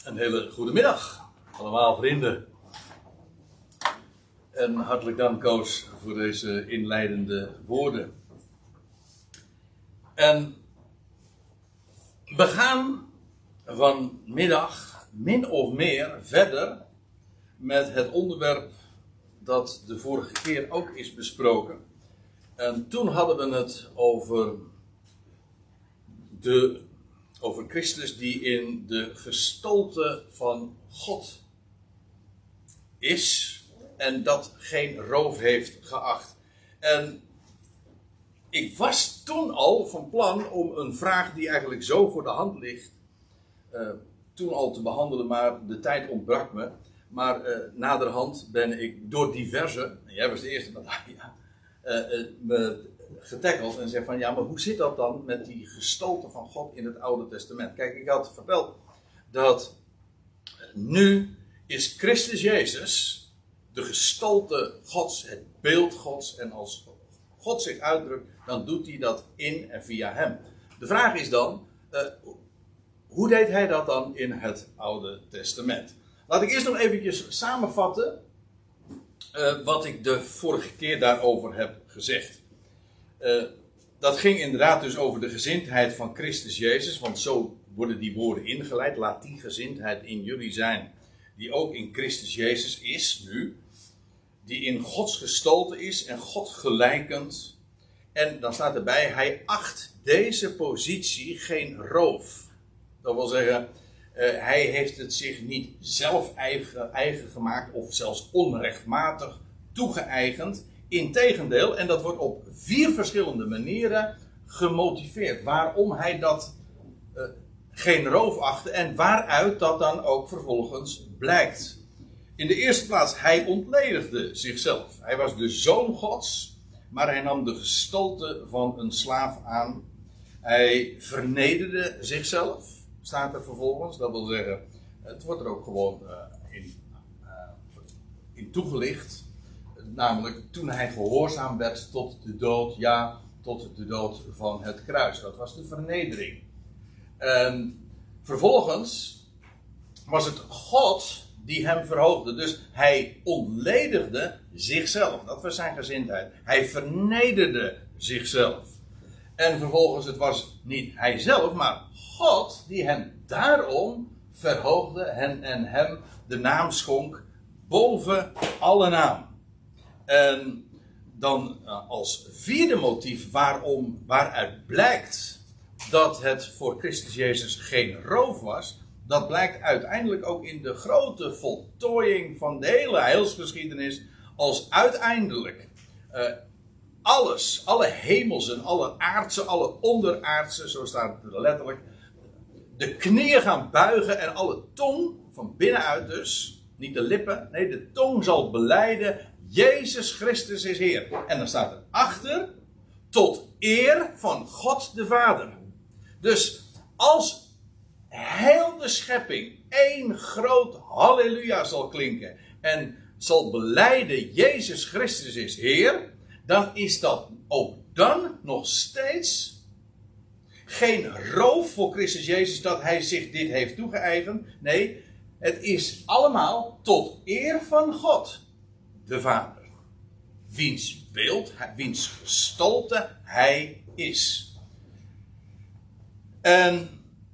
Een hele goede middag, allemaal vrienden. En hartelijk dank, Koos, voor deze inleidende woorden. En we gaan vanmiddag min of meer verder met het onderwerp dat de vorige keer ook is besproken. En toen hadden we het over Christus die in de gestalte van God is en dat geen roof heeft geacht. En ik was toen al van plan om een vraag die eigenlijk zo voor de hand ligt, toen al te behandelen, maar de tijd ontbrak me. Maar naderhand ben ik door diverse, en jij was de eerste met me getackeld en zei van ja, maar hoe zit dat dan met die gestalte van God in het Oude Testament? Kijk, ik had verteld dat nu is Christus Jezus de gestalte Gods, het beeld Gods, en als God zich uitdrukt, dan doet hij dat in en via hem. De vraag is dan, hoe deed hij dat dan in het Oude Testament? Laat ik eerst nog eventjes samenvatten wat ik de vorige keer daarover heb gezegd. Dat ging inderdaad dus over de gezindheid van Christus Jezus, want zo worden die woorden ingeleid. Laat die gezindheid in jullie zijn, die ook in Christus Jezus is nu, die in Gods gestalte is en God gelijkend. En dan staat erbij, hij acht deze positie geen roof. Dat wil zeggen, hij heeft het zich niet zelf eigen gemaakt of zelfs onrechtmatig toegeëigend. Integendeel, en dat wordt op 4 verschillende manieren gemotiveerd. Waarom hij dat geen roof achtte en waaruit dat dan ook vervolgens blijkt. In de eerste plaats, hij ontledigde zichzelf. Hij was de zoon Gods, maar hij nam de gestalte van een slaaf aan. Hij vernederde zichzelf, staat er vervolgens. Dat wil zeggen, het wordt er ook gewoon in toegelicht. Namelijk toen hij gehoorzaam werd tot de dood, ja, tot de dood van het kruis. Dat was de vernedering. En vervolgens was het God die hem verhoogde. Dus hij ontledigde zichzelf. Dat was zijn gezindheid. Hij vernederde zichzelf. En vervolgens, het was niet hij zelf, maar God die hem daarom verhoogde en hem de naam schonk boven alle naam. En dan als vierde motief waaruit blijkt dat het voor Christus Jezus geen roof was, dat blijkt uiteindelijk ook in de grote voltooiing van de hele heilsgeschiedenis, als uiteindelijk alles, alle hemelse, alle aardse, alle onderaardse, zo staat het letterlijk, de knieën gaan buigen en alle tong, van binnenuit dus, niet de lippen, nee, de tong zal belijden, Jezus Christus is Heer. En dan staat er achter, tot eer van God de Vader. Dus als heel de schepping één groot halleluja zal klinken en zal belijden Jezus Christus is Heer, dan is dat ook dan nog steeds geen roof voor Christus Jezus dat hij zich dit heeft toegeëigend. Nee, het is allemaal tot eer van God de Vader, wiens beeld, wiens gestalte hij is. En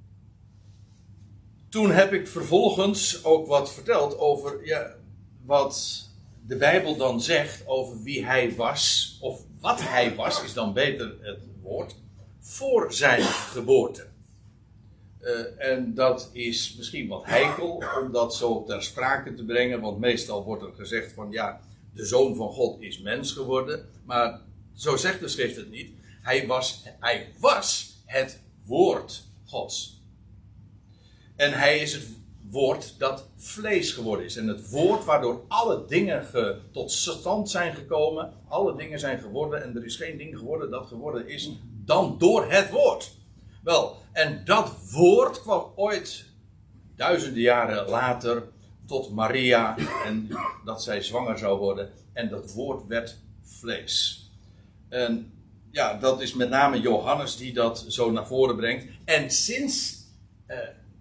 toen heb ik vervolgens ook wat verteld over wat de Bijbel dan zegt over wie hij was, of wat hij was, is dan beter het woord, voor zijn geboorte. En dat is misschien wat heikel om dat zo ter sprake te brengen, want meestal wordt er gezegd van ja, de Zoon van God is mens geworden, maar zo zegt de schrift het niet. Hij was het woord Gods. En hij is het woord dat vlees geworden is. En het woord waardoor alle dingen tot stand zijn gekomen. Alle dingen zijn geworden. En er is geen ding geworden dat geworden is dan door het woord. Wel, en dat woord kwam ooit duizenden jaren later tot Maria. En dat zij zwanger zou worden. En dat woord werd vlees. En ja, dat is met name Johannes die dat zo naar voren brengt. En sinds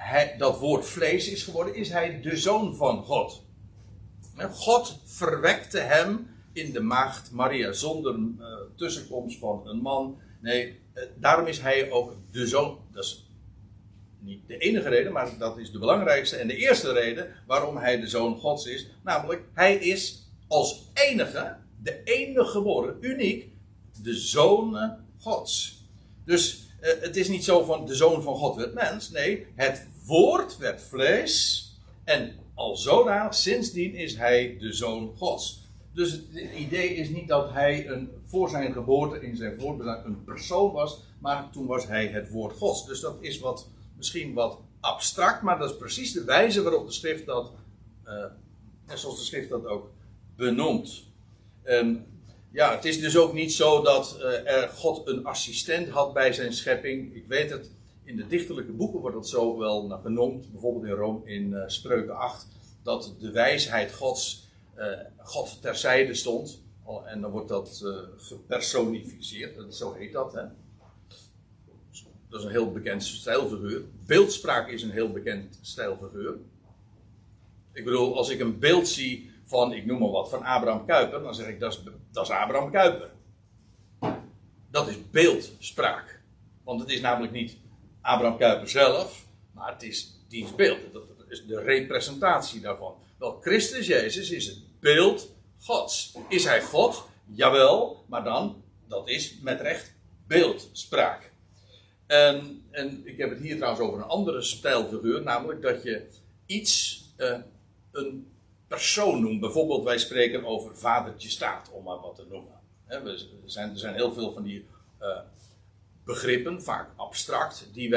dat woord vlees is geworden, is hij de Zoon van God. God verwekte hem in de maagd Maria zonder tussenkomst van een man. Nee, daarom is hij ook de Zoon. Dat is niet de enige reden, maar dat is de belangrijkste en de eerste reden waarom hij de Zoon Gods is. Namelijk, hij is als enige, de enige geboren, uniek, de Zoon Gods. Dus het is niet zo van de Zoon van God werd mens. Nee, het woord werd vlees. En al zodanig, sindsdien is hij de Zoon Gods. Dus het idee is niet dat hij voor zijn geboorte in zijn voortbestaan een persoon was. Maar toen was hij het woord Gods. Dus dat is misschien wat abstract. Maar dat is precies de wijze waarop de schrift dat, en zoals de schrift dat ook benoemt. Ja, het is dus ook niet zo dat God een assistent had bij zijn schepping. Ik weet het, in de dichterlijke boeken wordt dat zo wel genoemd. Bijvoorbeeld in Spreuken 8. Dat de wijsheid Gods God terzijde stond. En dan wordt dat gepersonificeerd. Zo heet dat. Hè? Dat is een heel bekend stijlfiguur. Beeldspraak is een heel bekend stijlfiguur. Ik bedoel, als ik een beeld zie van, ik noem maar wat, van Abraham Kuyper, dan zeg ik dat is Abraham Kuyper. Dat is beeldspraak. Want het is namelijk niet Abraham Kuyper zelf, maar het is diens beeld. Dat is de representatie daarvan. Wel, Christus Jezus is het beeld Gods. Is hij God? Jawel, maar dan, dat is met recht beeldspraak. En ik heb het hier trouwens over een andere stijlfiguur, namelijk dat je iets, een persoon noemt. Bijvoorbeeld, wij spreken over vadertje staat, om maar wat te noemen. Er zijn heel veel van die begrippen, vaak abstract, die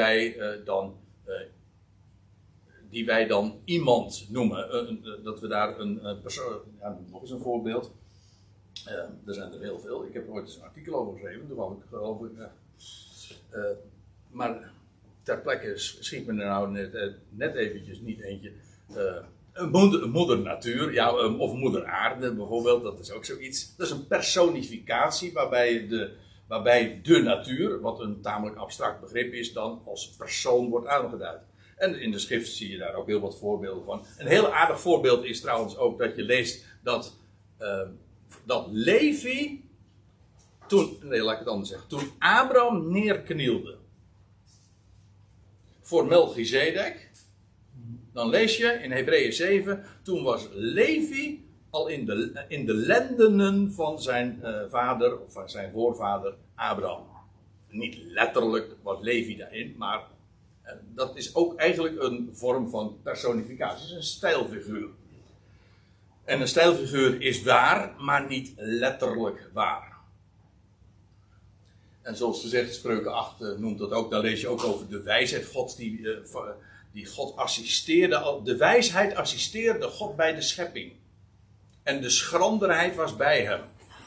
wij dan iemand noemen. Dat we daar een persoon... Ja, nog eens een voorbeeld. Er zijn er heel veel. Ik heb er ooit eens een artikel over geschreven. Toen geloof ik... maar ter plekke schiet me er nou net eventjes niet eentje... moeder natuur, ja, of moeder aarde bijvoorbeeld, dat is ook zoiets. Dat is een personificatie waarbij de natuur, wat een tamelijk abstract begrip is, dan als persoon wordt aangeduid. En in de schrift zie je daar ook heel wat voorbeelden van. Een heel aardig voorbeeld is trouwens ook dat je leest dat Levi, laat ik het anders zeggen, toen Abraham neerknielde voor Melchizedek, dan lees je in Hebreeën 7, toen was Levi al in de lendenen van zijn vader, of van zijn voorvader Abraham. Niet letterlijk was Levi daarin, maar dat is ook eigenlijk een vorm van personificatie. Het is een stijlfiguur. En een stijlfiguur is waar, maar niet letterlijk waar. En zoals gezegd, Spreuken 8 noemt dat ook, dan lees je ook over de wijsheid Gods die God assisteerde. De wijsheid assisteerde God bij de schepping. En de schranderheid was bij hem.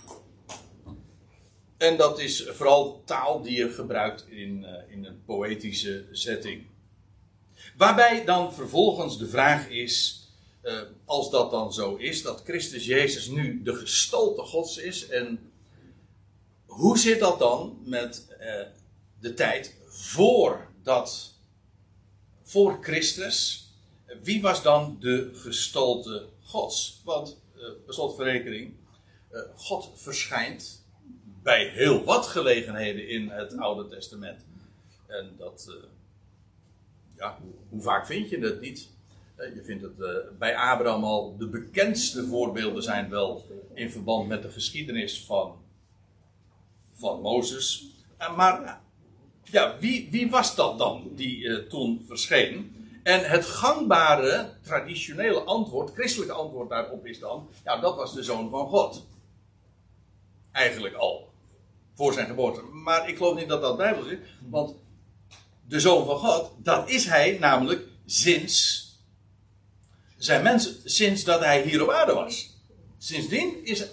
En dat is vooral taal die je gebruikt in een poëtische setting. Waarbij dan vervolgens de vraag is, als dat dan zo is, dat Christus Jezus nu de gestalte Gods is. En hoe zit dat dan met de tijd voor Christus? Wie was dan de gestalte Gods? Want, per slotverrekening, God verschijnt bij heel wat gelegenheden in het Oude Testament. En dat, hoe vaak vind je dat niet? Je vindt het bij Abraham al, de bekendste voorbeelden zijn wel in verband met de geschiedenis van Mozes. Maar ja, wie was dat dan die toen verscheen? En het gangbare, traditionele antwoord, christelijke antwoord daarop is dan, ja, dat was de Zoon van God. Eigenlijk al. Voor zijn geboorte. Maar ik geloof niet dat dat Bijbels is. Want de Zoon van God, dat is hij namelijk sinds dat hij hier op aarde was. Sindsdien is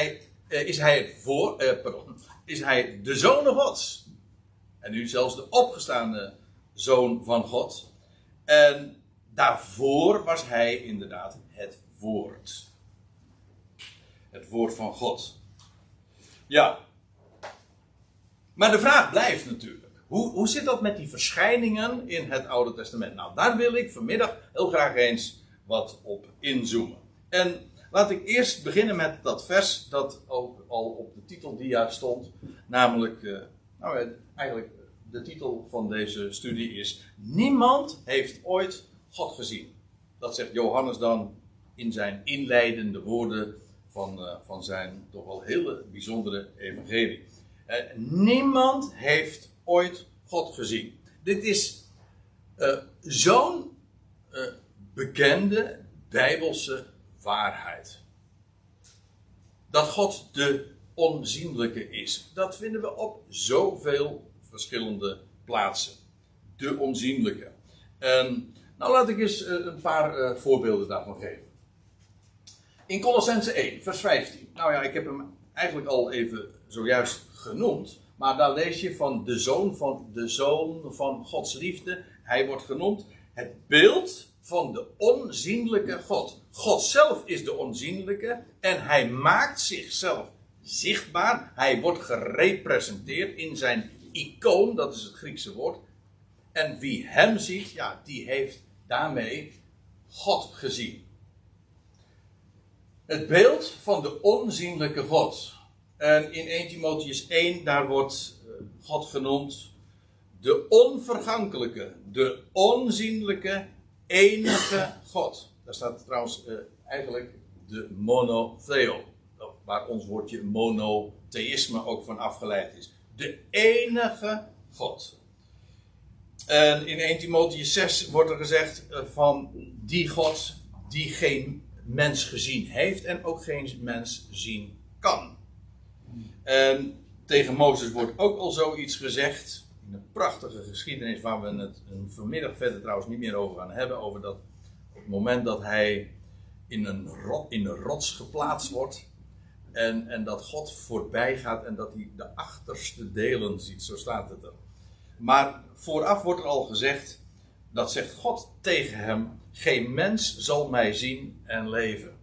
hij de Zoon Gods. En nu zelfs de opgestaande Zoon van God. En daarvoor was hij inderdaad het woord. Het woord van God. Ja. Maar de vraag blijft natuurlijk. Hoe zit dat met die verschijningen in het Oude Testament? Nou, daar wil ik vanmiddag heel graag eens wat op inzoomen. En laat ik eerst beginnen met dat vers dat ook al op de titeldia stond. Namelijk, eigenlijk de titel van deze studie is: Niemand heeft ooit God gezien. Dat zegt Johannes dan in zijn inleidende woorden van zijn toch wel hele bijzondere evangelie. Niemand heeft ooit God gezien. Dit is zo'n bekende Bijbelse waarheid. Dat God de onzienlijke is. Dat vinden we op zoveel verschillende plaatsen. De onzienlijke. Nou, laat ik eens een paar voorbeelden daarvan geven. In Kolossenzen 1, vers 15. Nou ja, ik heb hem eigenlijk al even zojuist genoemd. Maar daar lees je van de zoon van Gods liefde. Hij wordt genoemd het beeld van de onzienlijke God. God zelf is de onzienlijke en hij maakt zichzelf zichtbaar. Hij wordt gerepresenteerd in zijn icoon, dat is het Griekse woord. En wie hem ziet, ja, die heeft daarmee God gezien. Het beeld van de onzienlijke God. En in 1 Timotheüs 1, daar wordt God genoemd de onvergankelijke, de onzienlijke, enige God. Daar staat trouwens eigenlijk de monotheo, waar ons woordje monotheïsme ook van afgeleid is. De enige God. En in 1 Timotheüs 6 wordt er gezegd van die God die geen mens gezien heeft en ook geen mens zien kan. En tegen Mozes wordt ook al zoiets gezegd. In een prachtige geschiedenis waar we het vanmiddag verder trouwens niet meer over gaan hebben. Over dat op het moment dat hij in een rots geplaatst wordt. En dat God voorbij gaat en dat hij de achterste delen ziet. Zo staat het er. Maar vooraf wordt er al gezegd. Dat zegt God tegen hem. Geen mens zal mij zien en leven.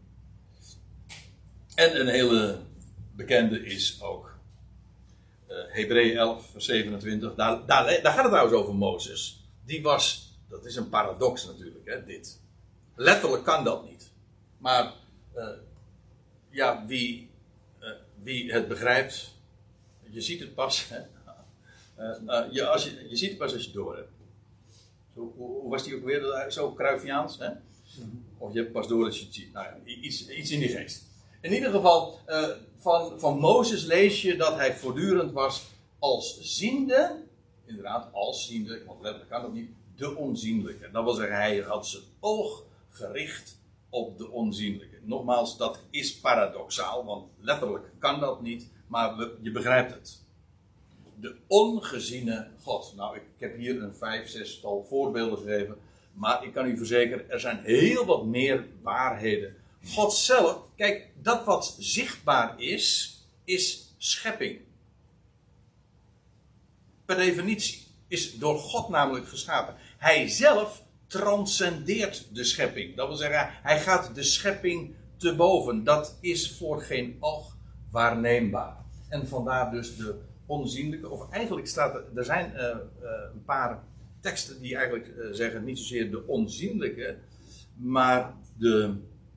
En een hele bekende is ook Hebreeën 11 vers 27. Daar gaat het trouwens over Mozes. Dat is een paradox natuurlijk, hè, dit. Letterlijk kan dat niet. Maar wie het begrijpt, je ziet het pas. Hè? Je ziet het pas als je het door hebt. Hoe was die ook weer? Zo Cruyffiaans, hè? Of je hebt pas door als je het ziet. Nou ja, iets in die geest. In ieder geval, van Mozes lees je dat hij voortdurend was als ziende. Inderdaad, als ziende, want letterlijk kan dat niet. De onzienlijke. Dat wil zeggen, hij had zijn oog gericht op de onzienlijke. Nogmaals, dat is paradoxaal, want letterlijk kan dat niet. Maar je begrijpt het. De ongeziene God. Nou, ik heb hier een 5-6-tal voorbeelden gegeven. Maar ik kan u verzekeren, er zijn heel wat meer waarheden. God zelf, kijk, dat wat zichtbaar is schepping. Per definitie. Is door God namelijk geschapen. Hij zelf transcendeert de schepping. Dat wil zeggen, hij gaat de schepping te boven. Dat is voor geen oog waarneembaar. En vandaar dus de onzienlijke, of eigenlijk er zijn een paar teksten die eigenlijk zeggen niet zozeer de onzienlijke, maar de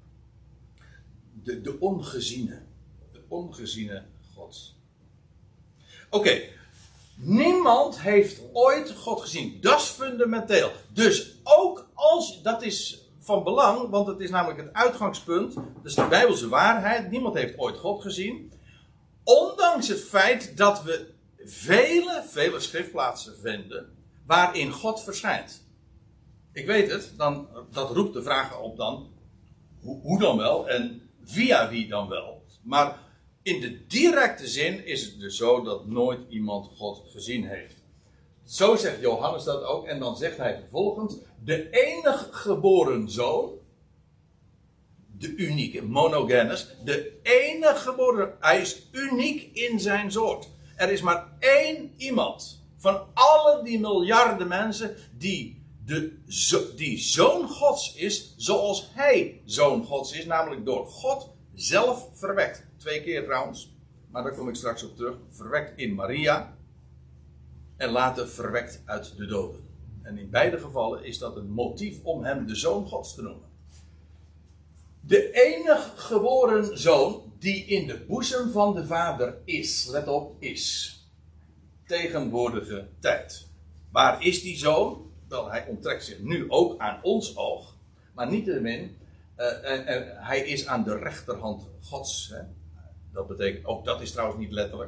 ongeziene. De ongeziene God. Oké. Niemand heeft ooit God gezien. Dat is fundamenteel. Dus ook als, dat is van belang, want het is namelijk het uitgangspunt, dus de Bijbelse waarheid, niemand heeft ooit God gezien. Ondanks het feit dat we vele schriftplaatsen vinden waarin God verschijnt. Ik weet het, dat roept de vraag op dan, hoe dan wel en via wie dan wel. Maar in de directe zin is het dus zo dat nooit iemand God gezien heeft. Zo zegt Johannes dat ook en dan zegt hij vervolgens, de enige geboren zoon, de unieke, monogenes, de enige geboren, hij is uniek in zijn soort. Er is maar één iemand van alle die miljarden mensen die zoon Gods is, zoals hij zoon Gods is, namelijk door God zelf verwekt. 2 keer trouwens, maar daar kom ik straks op terug. Verwekt in Maria. en later verwekt uit de doden. En in beide gevallen is dat een motief om hem de Zoon Gods te noemen. De enige geboren zoon die in de boezem van de Vader is. Let op, is. Tegenwoordige tijd. Waar is die zoon? Wel, hij onttrekt zich nu ook aan ons oog. Maar niettemin, hij is aan de rechterhand Gods. Hè? Dat betekent, ook dat is trouwens niet letterlijk.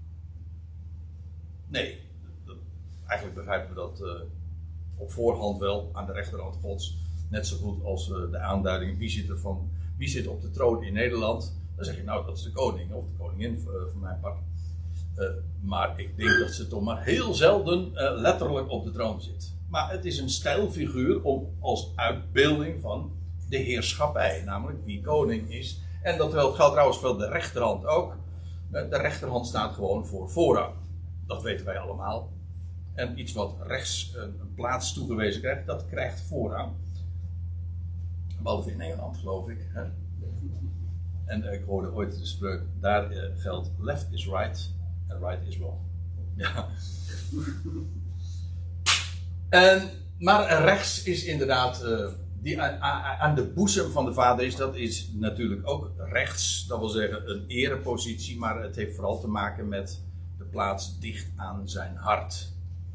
Nee, eigenlijk begrijpen we dat op voorhand wel, aan de rechterhand Gods. Net zo goed als de aanduiding, wie zit op de troon in Nederland? Dan zeg je, nou, dat is de koning of de koningin voor mijn part. Maar ik denk dat ze toch maar heel zelden letterlijk op de troon zit. Maar het is een stijlfiguur als uitbeelding van de heerschappij, namelijk wie koning is. En dat geldt trouwens voor de rechterhand ook. De rechterhand staat gewoon voor voorrang. Dat weten wij allemaal. En iets wat rechts een plaats toegewezen krijgt, dat krijgt voorrang. Behalve in Engeland, geloof ik. Hè? En ik hoorde ooit de spreuk, daar geldt left is right en right is wrong. Ja. Maar rechts is inderdaad, die aan de boezem van de Vader is, dat is natuurlijk ook rechts. Dat wil zeggen een erepositie, maar het heeft vooral te maken met de plaats dicht aan zijn hart.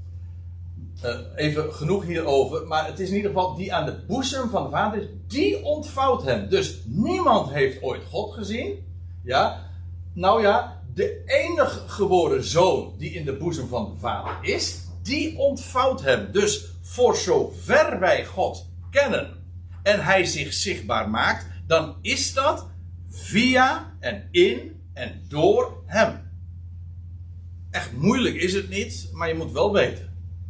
Even genoeg hierover, maar het is in ieder geval die aan de boezem van de Vader is, die ontvouwt hem. Dus niemand heeft ooit God gezien. Ja, nou ja, de enige geboren zoon die in de boezem van de Vader is, die ontvouwt hem. Dus voor zover wij God kennen en hij zich zichtbaar maakt, dan is dat via en in en door hem. Echt moeilijk is het niet, maar je moet wel weten.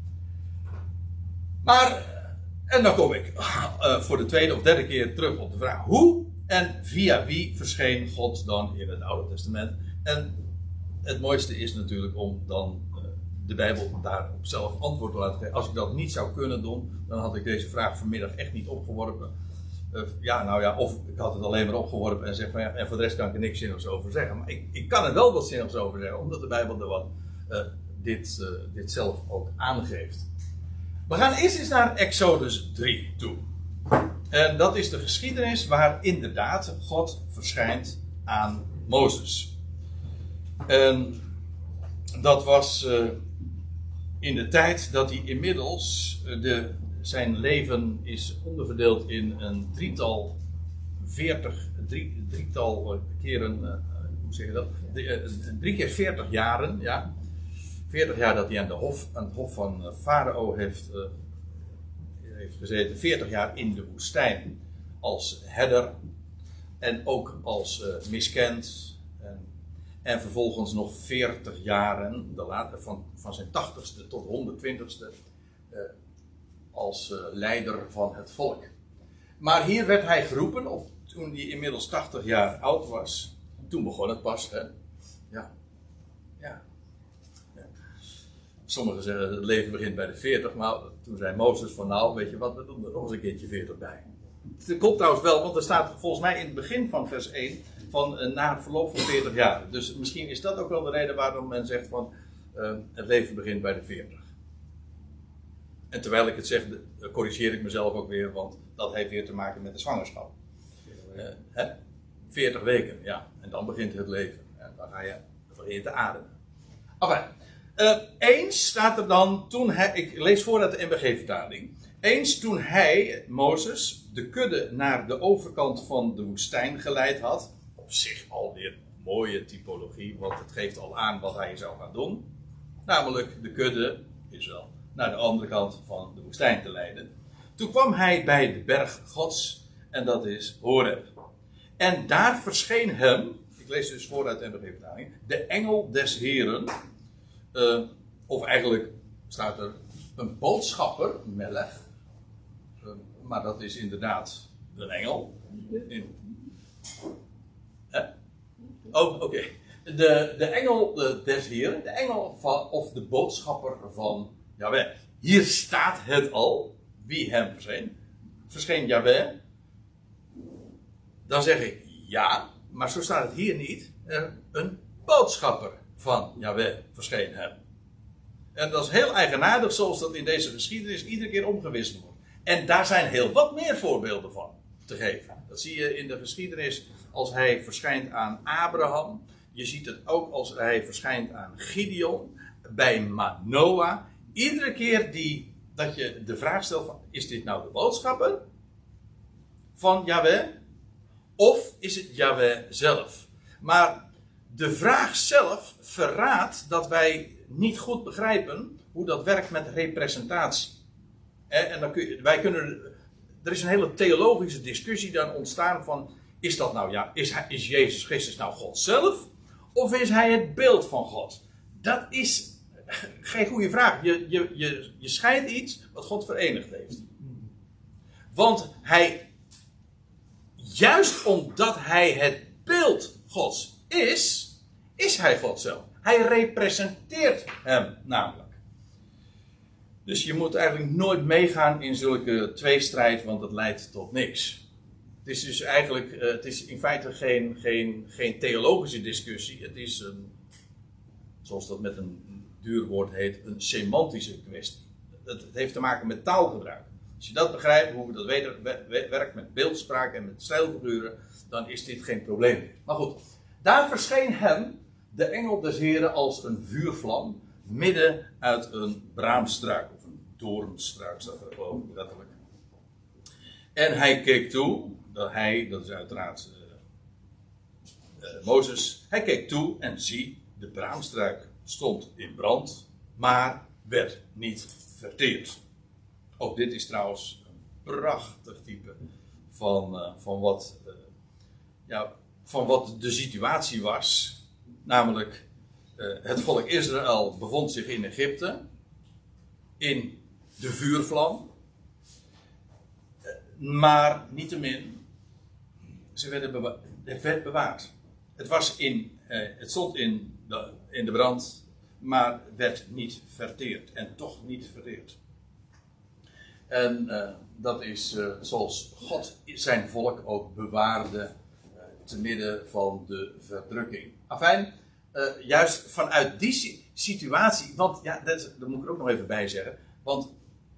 Maar, en dan kom ik voor de tweede of derde keer terug op de vraag: hoe en via wie verscheen God dan in het Oude Testament? En het mooiste is natuurlijk om dan de Bijbel daarop zelf antwoord te laten geven. Als ik dat niet zou kunnen doen, dan had ik deze vraag vanmiddag echt niet opgeworpen. Of ik had het alleen maar opgeworpen en zeg van ja, en voor de rest kan ik er niks zinnigs over zeggen. Maar ik kan er wel wat zinnigs over zeggen, omdat de Bijbel er wat dit zelf ook aangeeft. We gaan eerst eens naar Exodus 3 toe. En dat is de geschiedenis waar inderdaad God verschijnt aan Mozes. En dat was in de tijd dat hij inmiddels zijn leven is onderverdeeld in een drietal keren, hoe zeg je dat? 3 keer 40 jaren, ja. 40 jaar dat hij aan het hof van Farao heeft gezeten. 40 jaar in de woestijn als herder. En ook als miskend. En vervolgens nog 40 jaren, van zijn 80ste tot 120ste, als leider van het volk. Maar hier werd hij geroepen, toen hij inmiddels 80 jaar oud was. Toen begon het pas, hè. Ja. Sommigen zeggen het leven begint bij de 40, maar toen zei Mozes van nou, weet je wat, we doen er nog eens een keertje 40 bij. Het komt trouwens wel, want er staat volgens mij in het begin van vers 1 van na verloop van 40 jaar. Dus misschien is dat ook wel de reden waarom men zegt van het leven begint bij de 40. En terwijl ik het zeg, corrigeer ik mezelf ook weer, want dat heeft weer te maken met de zwangerschap. 40 weken, ja. En dan begint het leven. En dan begin je te ademen. Enfin. Eens staat er dan, ik lees voor uit de NBG-vertaling. Eens toen hij, Mozes, de kudde naar de overkant van de woestijn geleid had. Op zich alweer mooie typologie, want het geeft al aan wat hij zou gaan doen. Namelijk de kudde, Israël, naar de andere kant van de woestijn te leiden. Toen kwam hij bij de berg Gods, en dat is Horeb. En daar verscheen hem, ik lees dus voor uit de NBG-vertaling, de engel des Heren. Of eigenlijk staat er een boodschapper, melech. Maar dat is inderdaad een engel. Oh, oké. De engel des Heren, de engel van, of de boodschapper van Yahweh. Hier staat het al, wie hem verscheen. Verscheen Yahweh. Dan zeg ik ja, maar zo staat het hier niet. Een boodschapper van Yahweh verscheen hem. En dat is heel eigenaardig zoals dat in deze geschiedenis iedere keer omgewisseld wordt. En daar zijn heel wat meer voorbeelden van te geven. Dat zie je in de geschiedenis als hij verschijnt aan Abraham. Je ziet het ook als hij verschijnt aan Gideon. Bij Manoah. Iedere keer dat je de vraag stelt van, is dit nou de boodschapper van Yahweh? Of is het Yahweh zelf? Maar de vraag zelf verraadt dat wij niet goed begrijpen hoe dat werkt met representatie. En dan er is een hele theologische discussie dan ontstaan van, is dat nou, ja, is Jezus Christus nou God zelf? Of is hij het beeld van God? Dat is geen goede vraag. Je scheidt iets wat God verenigd heeft. Want juist omdat hij het beeld Gods is hij God zelf. Hij representeert hem namelijk. Dus je moet eigenlijk nooit meegaan in zulke tweestrijd, want dat leidt tot niks. Het is dus eigenlijk, het is in feite geen theologische discussie. Het is zoals dat met een duur woord heet, een semantische kwestie. Het heeft te maken met taalgebruik. Als je dat begrijpt, hoe dat werkt met beeldspraak en met stijlfiguren, dan is dit geen probleem meer. Maar goed, daar verscheen hem de engel des Heren als een vuurvlam, midden uit een braamstruik, of een doornstruik, staat er gewoon letterlijk. En hij keek toe, dat is uiteraard Mozes, hij keek toe en zie, de braamstruik stond in brand, maar werd niet verteerd. Ook dit is trouwens een prachtig type van wat de situatie was. Namelijk, het volk Israël bevond zich in Egypte, in de vuurvlam. Maar niettemin, het werd bewaard. Het stond in de brand, maar werd niet verteerd. En toch niet verteerd. En dat is zoals God zijn volk ook bewaarde te midden van de verdrukking. Afijn, juist vanuit die situatie, want ja, dat moet ik er ook nog even bij zeggen, want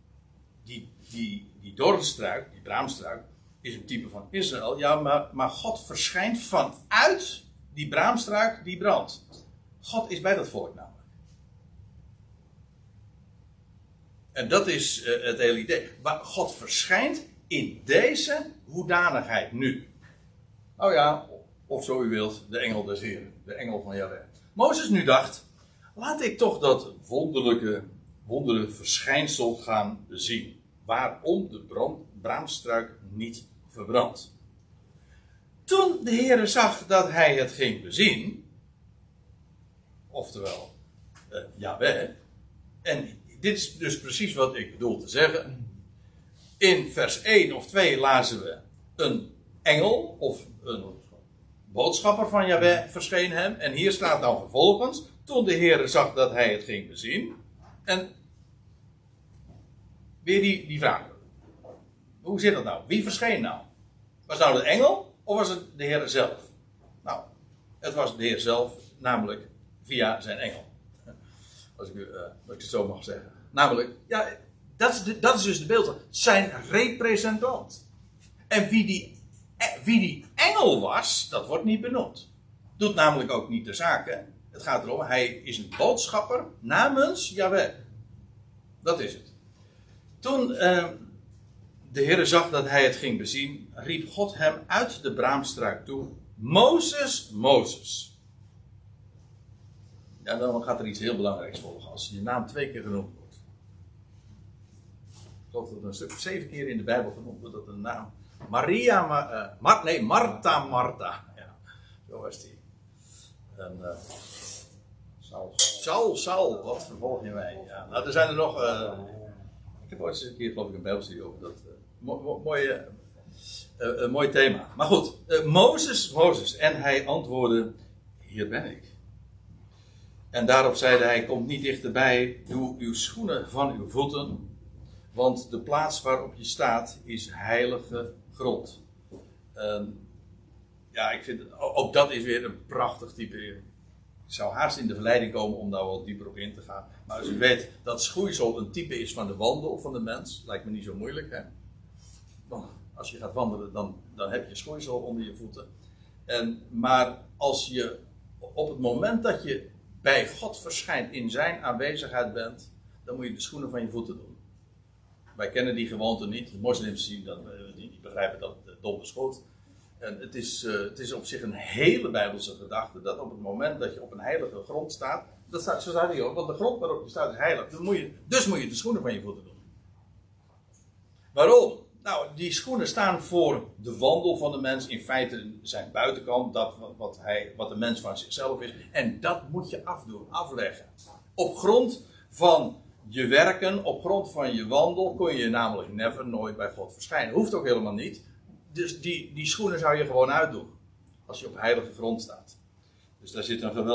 die doornstruik, die braamstruik, is een type van Israël, ja, maar God verschijnt vanuit die braamstruik die brandt. God is bij dat volk namelijk. En dat is het hele idee. Maar God verschijnt in deze hoedanigheid nu. Nou ja, of zo u wilt, de engel des Heren. De engel van Yahweh. Mozes nu dacht, laat ik toch dat wonderlijke verschijnsel gaan zien. Waarom de braamstruik niet verbrandt. Toen de Heere zag dat hij het ging bezien, oftewel Yahweh, en dit is dus precies wat ik bedoel te zeggen. In vers 1 of 2 lazen we een engel of een boodschapper van Yahweh verscheen hem. En hier staat dan vervolgens, toen de Heere zag dat hij het ging bezien. En weer die vraag. Hoe zit dat nou? Wie verscheen nou? Was het nou de engel of was het de Heere zelf? Nou, het was de Heer zelf, namelijk via zijn engel. Als ik het zo mag zeggen. Namelijk, ja, dat is dus de beeld. Zijn representant. En wie die engel was, dat wordt niet benoemd. Doet namelijk ook niet de zaak. Het gaat erom, hij is een boodschapper namens Yahweh. Dat is het. Toen de Heere zag dat hij het ging bezien, riep God hem uit de braamstruik toe. Mozes, Mozes. Ja, dan gaat er iets heel belangrijks volgen als je naam 2 keer genoemd wordt. Ik geloof dat een stuk 7 keer in de Bijbel genoemd wordt dat een naam. Martha. Ja, zo was die. En Saul, wat vervolg je mij? Ja, nou, er zijn er nog. Ik heb ooit eens een keer, geloof ik, een Bijbelstudie over dat mooi thema. Maar goed, Mozes. En hij antwoordde: hier ben ik. En daarop zeide hij, kom niet dichterbij, doe uw schoenen van uw voeten, want de plaats waarop je staat is heilige grond. Ja, ik vind, ook dat is weer een prachtig type Ik zou haast in de verleiding komen om daar wel dieper op in te gaan. Maar als u weet dat schoeisel een type is van de wandel van de mens, lijkt me niet zo moeilijk. Hè? Want als je gaat wandelen, dan heb je schoeisel onder je voeten. Maar als je op het moment dat je bij God verschijnt, in zijn aanwezigheid bent, dan moet je de schoenen van je voeten doen. Wij kennen die gewoonte niet. De moslims die begrijpen dat donders goed. En het is op zich een hele bijbelse gedachte dat op het moment dat je op een heilige grond staat, zo staat hij ook, want de grond waarop je staat is heilig. Dus moet je de schoenen van je voeten doen. Waarom? Nou, die schoenen staan voor de wandel van de mens, in feite zijn buitenkant, dat wat de mens van zichzelf is. En dat moet je afleggen. Op grond van je werken, op grond van je wandel, kun je namelijk nooit bij God verschijnen. Hoeft ook helemaal niet. Dus die schoenen zou je gewoon uitdoen. Als je op heilige grond staat. Dus daar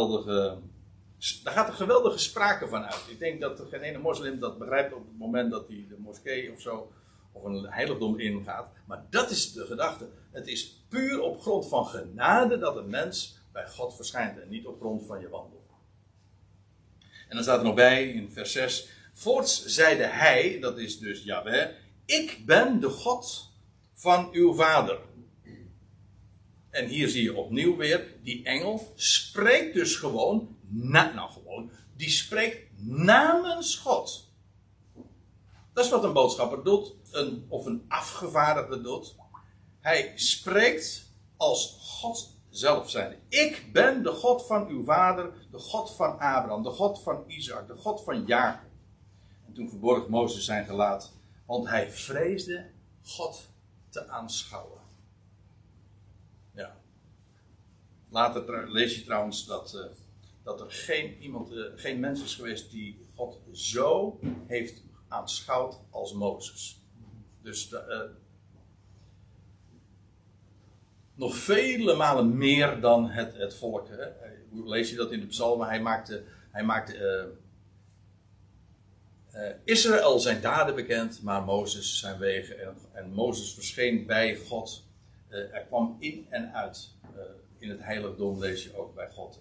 gaat een geweldige sprake van uit. Ik denk dat geen ene moslim dat begrijpt op het moment dat hij de moskee of zo, of een heiligdom ingaat. Maar dat is de gedachte. Het is puur op grond van genade dat een mens bij God verschijnt. En niet op grond van je wandel. En dan staat er nog bij in vers 6. Voorts zeide hij, dat is dus Jahweh, ik ben de God van uw vader. En hier zie je opnieuw weer, die engel spreekt dus gewoon, die spreekt namens God. Dat is wat een boodschapper doet, of een afgevaardigde doet. Hij spreekt als God zelf zijnde. Ik ben de God van uw vader, de God van Abraham, de God van Isaac, de God van Jacob. En toen verborg Mozes zijn gelaat, want hij vreesde God te aanschouwen. Ja. Later lees je trouwens dat er geen mens is geweest die God zo heeft aanschouwd als Mozes. Dus nog vele malen meer dan het volk. Hè? Hoe lees je dat in de psalmen? Hij maakte Israël zijn daden bekend, maar Mozes zijn wegen. En Mozes verscheen bij God. Er kwam in en uit. In het heiligdom lees je ook bij God.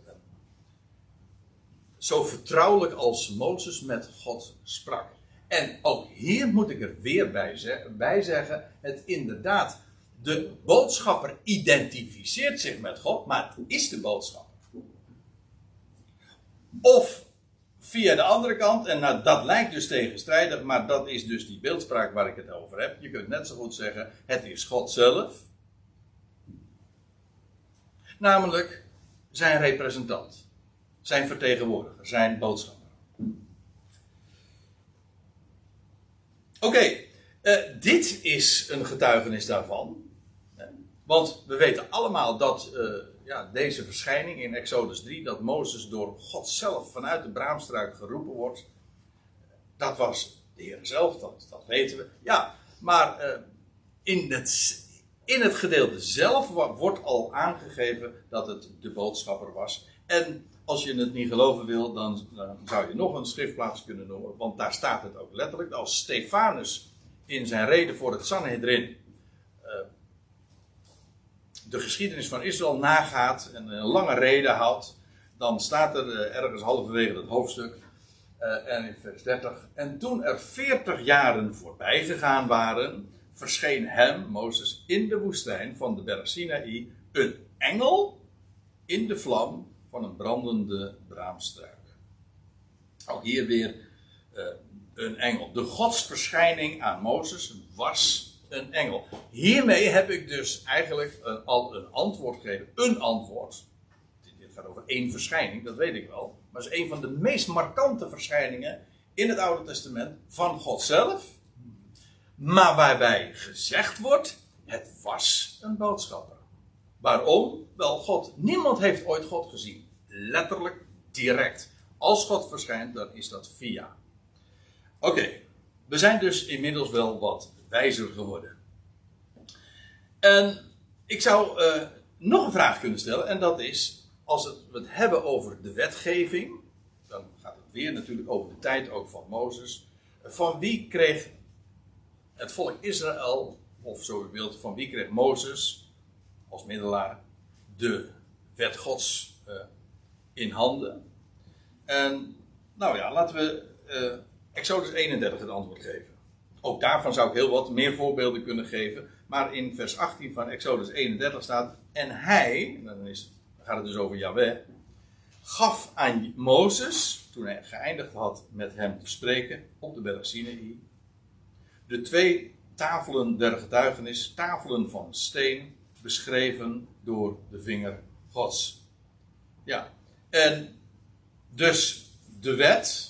Zo vertrouwelijk als Mozes met God sprak. En ook hier moet ik er weer bij zeggen, het inderdaad, de boodschapper identificeert zich met God, maar het is de boodschapper. Of via de andere kant, en dat lijkt dus tegenstrijdig, maar dat is dus die beeldspraak waar ik het over heb. Je kunt net zo goed zeggen, het is God zelf. Namelijk zijn representant, zijn vertegenwoordiger, zijn boodschapper. Oké, dit is een getuigenis daarvan. Want we weten allemaal dat deze verschijning in Exodus 3, dat Mozes door God zelf vanuit de braamstruik geroepen wordt. Dat was de Heer zelf, dat weten we. Ja, maar in het gedeelte zelf wordt al aangegeven dat het de boodschapper was. En als je het niet geloven wil, dan zou je nog een schriftplaats kunnen noemen. Want daar staat het ook letterlijk. Als Stefanus in zijn reden voor het Sanhedrin de geschiedenis van Israël nagaat en een lange reden houdt, dan staat er ergens halverwege het hoofdstuk en in vers 30. En toen er 40 jaren voorbij gegaan waren, verscheen hem, Mozes, in de woestijn van de berg Sinaï een engel in de vlam van een brandende braamstruik. Ook hier weer een engel. De godsverschijning aan Mozes was een engel. Hiermee heb ik dus eigenlijk al een antwoord gegeven. Een antwoord. Dit gaat over één verschijning, dat weet ik wel. Maar het is een van de meest markante verschijningen in het Oude Testament van God zelf. Maar waarbij gezegd wordt, het was een boodschapper. Waarom? Wel, niemand heeft ooit God gezien. Letterlijk, direct. Als God verschijnt, dan is dat via. Oké, we zijn dus inmiddels wel wat wijzer geworden. En ik zou nog een vraag kunnen stellen, en dat is, als we het hebben over de wetgeving, dan gaat het weer natuurlijk over de tijd ook van Mozes. Van wie kreeg het volk Israël, of zo u wilt, van wie kreeg Mozes als middelaar de wet Gods in handen. En nou ja, laten we Exodus 31 het antwoord geven. Ook daarvan zou ik heel wat meer voorbeelden kunnen geven. Maar in vers 18 van Exodus 31 staat: en hij, dan gaat het dus over Yahweh, gaf aan Mozes, toen hij geëindigd had met hem te spreken op de berg Sinaï, de 2 tafelen der getuigenis, tafelen van steen, beschreven door de vinger Gods. Ja, en dus de wet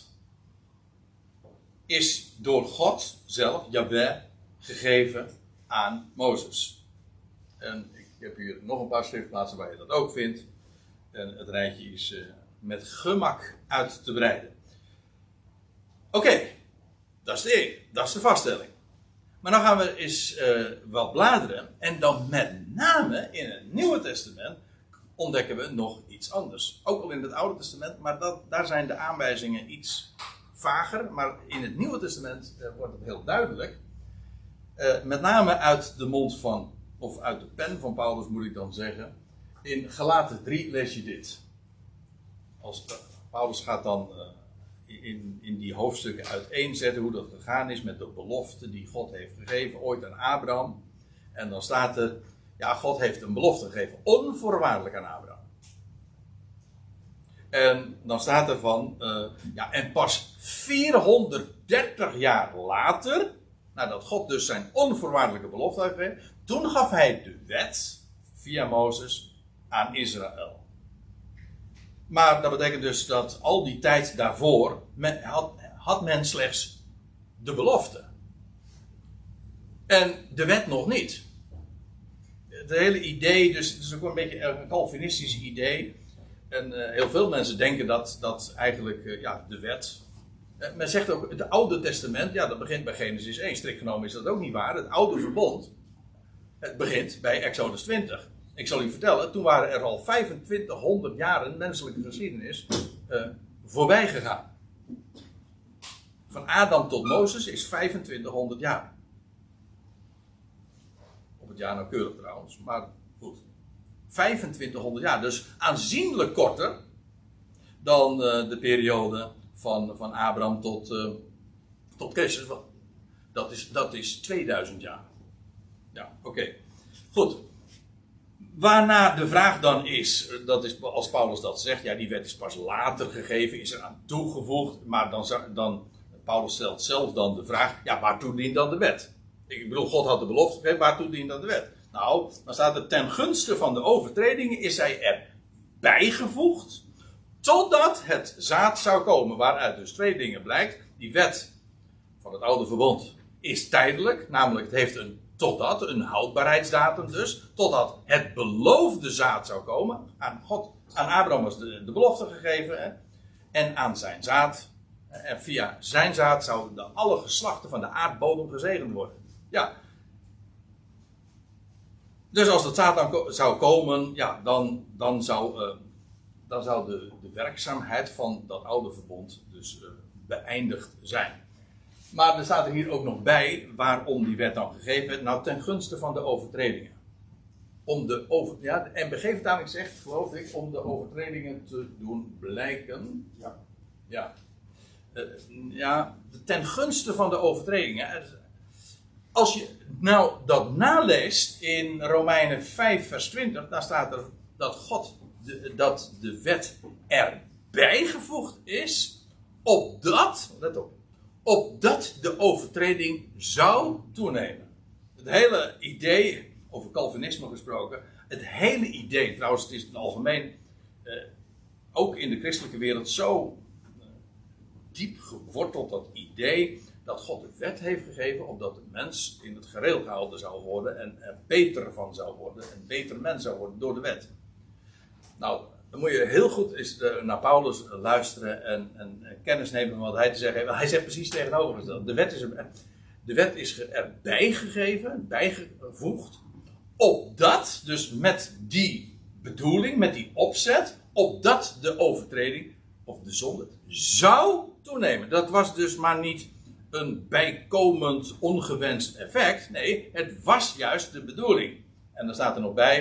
is door God zelf, Yahweh, gegeven aan Mozes. En ik heb hier nog een paar schriftplaatsen waar je dat ook vindt. En het rijtje is met gemak uit te breiden. Oké, dat is de één. Dat is de vaststelling. Maar dan gaan we eens wat bladeren. En dan met name in het Nieuwe Testament ontdekken we nog iets anders. Ook al in het Oude Testament, maar daar zijn de aanwijzingen iets vager. Maar in het Nieuwe Testament wordt het heel duidelijk. Met name uit de mond van, of uit de pen van Paulus moet ik dan zeggen. In Galaten 3 lees je dit. Paulus gaat dan in die hoofdstukken uiteenzetten hoe dat gegaan is met de belofte die God heeft gegeven ooit aan Abraham. En dan staat er, ja, God heeft een belofte gegeven, onvoorwaardelijk aan Abraham. En dan staat er van, en pas 430 jaar later, nadat God dus zijn onvoorwaardelijke belofte heeft gegeven, toen gaf hij de wet via Mozes aan Israël. Maar dat betekent dus dat al die tijd daarvoor had men slechts de belofte. En de wet nog niet. Het hele idee, dus het is ook een beetje een Calvinistisch idee. En heel veel mensen denken dat eigenlijk de wet. Men zegt ook het Oude Testament, ja, dat begint bij Genesis 1. Strikt genomen is dat ook niet waar. Het Oude Verbond, het begint bij Exodus 20. Ik zal u vertellen, toen waren er al 2500 jaren menselijke geschiedenis voorbij gegaan. Van Adam tot Mozes is 2500 jaar. Op het jaar nauwkeurig trouwens, maar goed. 2500 jaar, dus aanzienlijk korter dan de periode van Abraham tot Christus. Dat is 2000 jaar. Ja, oké. Goed. Waarna de vraag dan is, dat is als Paulus dat zegt, ja, die wet is pas later gegeven, is er aan toegevoegd, maar dan Paulus stelt zelf dan de vraag, ja, waartoe dient dan de wet? Ik bedoel, God had de belofte gegeven, waartoe dient dan de wet? Nou, dan staat er ten gunste van de overtredingen is zij er bijgevoegd, totdat het zaad zou komen, waaruit dus 2 dingen blijkt. Die wet van het oude verbond is tijdelijk, namelijk het heeft een houdbaarheidsdatum dus, totdat het beloofde zaad zou komen. Aan Abraham was de belofte gegeven, hè, en aan zijn zaad. En via zijn zaad zouden alle geslachten van de aardbodem gezegend worden. Ja. Dus als dat zaad dan zou komen, ja, dan zou de werkzaamheid van dat oude verbond dus beëindigd zijn. Maar er staat er hier ook nog bij waarom die wet dan gegeven werd. Nou, ten gunste van de overtredingen. De NBG-vertaling zegt, geloof ik, om de overtredingen te doen blijken. Ja. Ten gunste van de overtredingen. Als je nou dat naleest in Romeinen 5 vers 20, daar staat er dat de wet erbij gevoegd is, opdat de overtreding zou toenemen. Het hele idee, over Calvinisme gesproken, het hele idee, trouwens het is in het algemeen, ook in de christelijke wereld zo diep geworteld, dat idee dat God de wet heeft gegeven, opdat de mens in het gereel gehouden zou worden en er beter van zou worden, een beter mens zou worden door de wet. Nou, dan moet je heel goed eens naar Paulus luisteren en kennis nemen van wat hij te zeggen heeft. Hij zegt precies tegenovergesteld. De wet is erbij gegeven, bijgevoegd, opdat, dus met die bedoeling, met die opzet, opdat de overtreding of de zonde zou toenemen. Dat was dus maar niet een bijkomend ongewenst effect. Nee, het was juist de bedoeling. En dan staat er nog bij,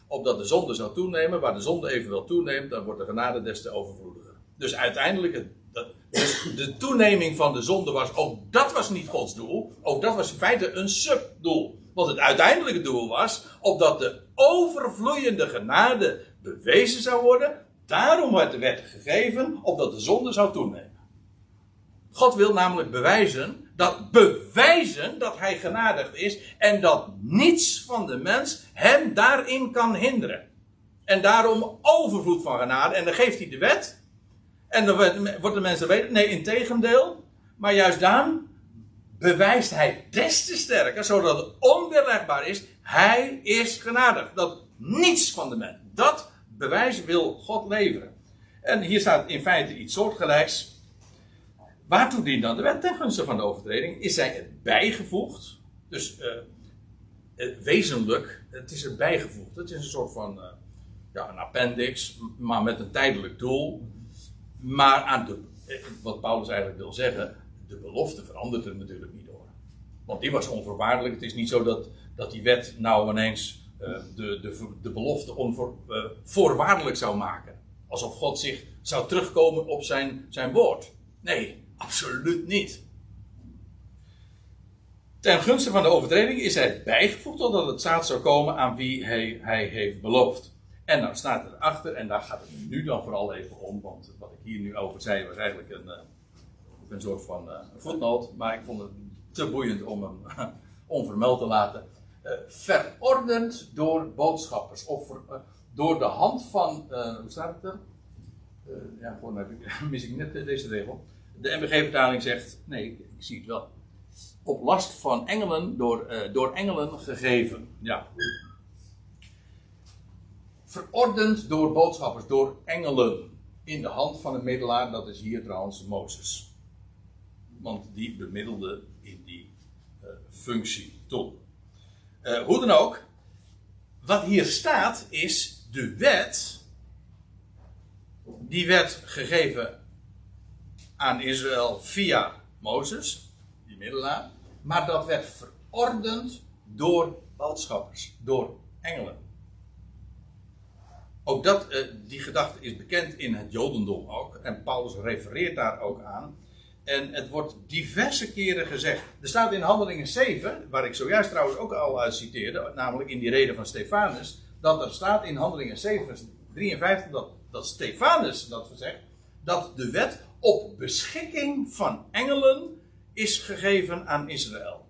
opdat de zonde zou toenemen. Waar de zonde evenwel toeneemt, dan wordt de genade des te overvloediger. Dus uiteindelijk, dus de toeneming van de zonde ook dat was niet Gods doel. Ook dat was in feite een subdoel. Want het uiteindelijke doel was, opdat de overvloeiende genade bewezen zou worden. Daarom werd de wet gegeven, opdat de zonde zou toenemen. God wil namelijk bewijzen dat hij genadig is en dat niets van de mens hem daarin kan hinderen. En daarom overvloed van genade. En dan geeft hij de wet. En dan wordt de mens weten, nee, integendeel. Maar juist dan bewijst hij des te sterker, zodat het onweerlegbaar is, hij is genadig. Dat niets van de mens. Dat bewijs wil God leveren. En hier staat in feite iets soortgelijks. Waartoe dient dan de wet ten gunste van de overtreding? Is zij er bijgevoegd? Dus wezenlijk, het is er bijgevoegd. Het is een soort van een appendix, maar met een tijdelijk doel. Maar wat Paulus eigenlijk wil zeggen, de belofte verandert er natuurlijk niet door. Want die was onvoorwaardelijk. Het is niet zo dat die wet nou ineens de belofte voorwaardelijk zou maken. Alsof God zich zou terugkomen op zijn woord. Nee, absoluut niet. Ten gunste van de overtreding is hij bijgevoegd totdat het zaad zou komen aan wie hij heeft beloofd. En dan staat er achter, en daar gaat het nu dan vooral even om, want wat ik hier nu over zei was eigenlijk een soort van voetnoot, maar ik vond het te boeiend om hem onvermeld te laten. Verordend door boodschappers, of door de hand van, hoe staat het er? Mis ik net deze regel. De MBG-vertaling zegt, nee, ik zie het wel. Op last van engelen, door engelen gegeven. Ja. Verordend door boodschappers, door engelen. In de hand van een middelaar, dat is hier trouwens Mozes. Want die bemiddelde in die functie toen. Hoe dan ook, wat hier staat is de wet. Die werd gegeven aan Israël via Mozes, die middelaar. Maar dat werd verordend door boodschappers, door engelen. Ook die gedachte is bekend in het Jodendom ook. En Paulus refereert daar ook aan. En het wordt diverse keren gezegd. Er staat in Handelingen 7, waar ik zojuist trouwens ook al uit citeerde, namelijk in die reden van Stefanus, dat er staat in Handelingen 7, vers 53, dat Stefanus dat zegt, dat de wet op beschikking van engelen is gegeven aan Israël.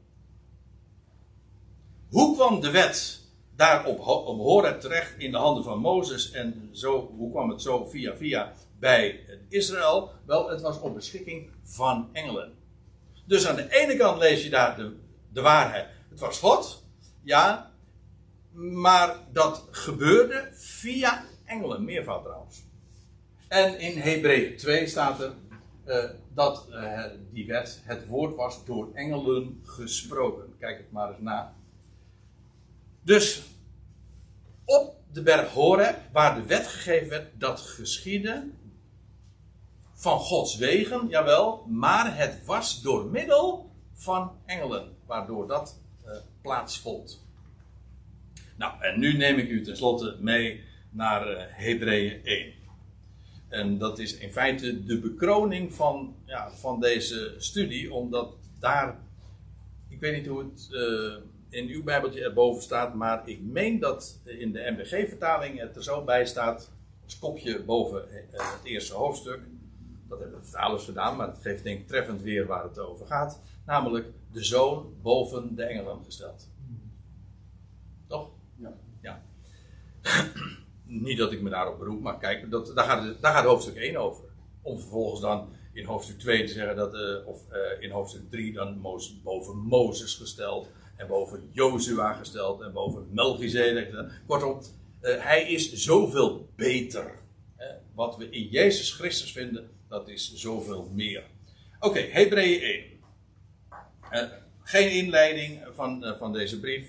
Hoe kwam de wet daar op Horeb terecht in de handen van Mozes en hoe kwam het zo via bij Israël? Wel, het was op beschikking van engelen. Dus aan de ene kant lees je daar de waarheid. Het was God, ja, maar dat gebeurde via engelen, meervoud trouwens. En in Hebreeën 2 staat er dat die wet, het woord was door engelen gesproken. Kijk het maar eens na. Dus op de berg Horeb, waar de wet gegeven werd, dat geschiedde van Gods wegen, jawel, maar het was door middel van engelen, waardoor dat plaatsvond. Nou, en nu neem ik u tenslotte mee naar Hebreeën 1. En dat is in feite de bekroning van deze studie, omdat daar, ik weet niet hoe het in uw bijbeltje erboven staat, maar ik meen dat in de MBG-vertaling het er zo bij staat, als kopje boven het eerste hoofdstuk. Dat hebben de vertalers gedaan, maar het geeft denk ik treffend weer waar het over gaat. Namelijk de zoon boven de engelen gesteld. Toch? Ja. Niet dat ik me daarop beroep, maar kijk, daar gaat hoofdstuk 1 over. Om vervolgens dan in hoofdstuk 2 te zeggen of in hoofdstuk 3 dan boven Mozes gesteld. En boven Jozua gesteld. En boven Melchizedek. Kortom, hij is zoveel beter. Wat we in Jezus Christus vinden, dat is zoveel meer. Oké, Hebreeën 1. Geen inleiding van deze brief.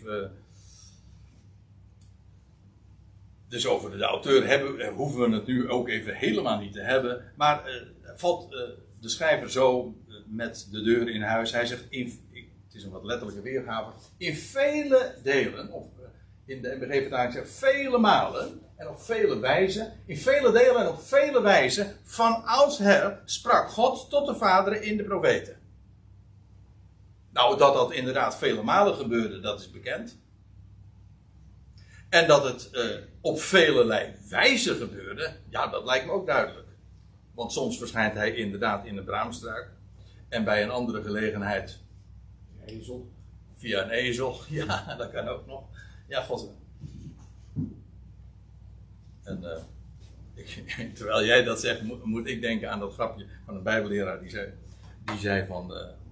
Dus over de auteur hoeven we het nu ook even helemaal niet te hebben. Maar valt de schrijver zo met de deur in huis. Hij zegt, het is een wat letterlijke weergave. In vele delen, of in de NBG-vertaling zegt vele malen en op vele wijzen, in vele delen en op vele wijzen, van oudsher sprak God tot de vaderen in de profeten. Nou, dat dat inderdaad vele malen gebeurde, dat is bekend. En dat het op velelei wijze gebeurde, ja, dat lijkt me ook duidelijk. Want soms verschijnt hij inderdaad in een braamstruik. En bij een andere gelegenheid Ezel. via een ezel. Ja, dat kan ook nog. Ja, God. En terwijl jij dat zegt, moet ik denken aan dat grapje van een bijbelleraar. Die zei van...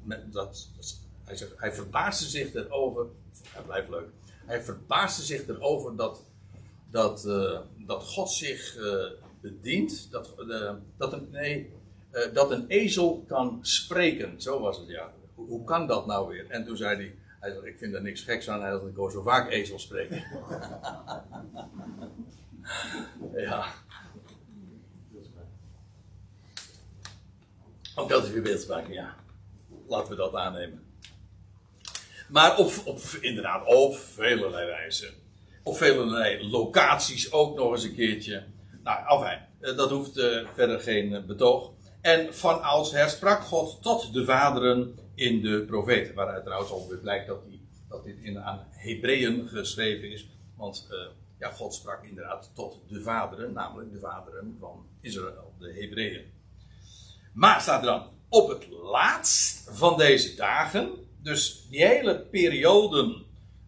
hij verbaasde zich erover... Het blijft leuk. Hij verbaasde zich erover dat God zich bedient. Dat een ezel kan spreken. Zo was het, ja. Hoe kan dat nou weer? En toen zei hij zei, ik vind er niks geks aan. Hij zei, ik hoor zo vaak ezel spreken. Ja. Ook dat is weer beeldspraak, ja. Laten we dat aannemen. Maar inderdaad, op velelei wijzen. Op velelei locaties ook nog eens een keertje. Nou, afijn. Dat hoeft verder geen betoog. En van oudsher sprak God tot de vaderen in de profeten. Waaruit trouwens al weer blijkt dat dit aan Hebreeën geschreven is. Want God sprak inderdaad tot de vaderen. Namelijk de vaderen van Israël, de Hebreeën. Maar staat er dan, op het laatst van deze dagen... Dus die hele periode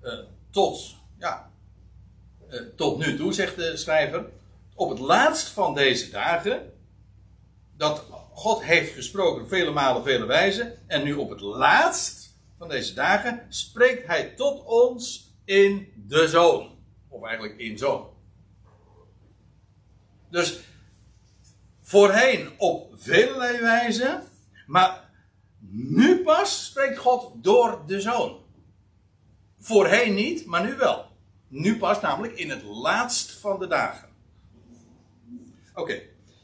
tot nu toe, zegt de schrijver... Op het laatst van deze dagen... Dat God heeft gesproken vele malen, vele wijzen... En nu op het laatst van deze dagen... Spreekt hij tot ons in de Zoon. Of eigenlijk in Zoon. Dus... Voorheen op vele wijzen... Maar... Nu pas spreekt God door de Zoon. Voorheen niet, maar nu wel. Nu pas namelijk in het laatst van de dagen. Oké.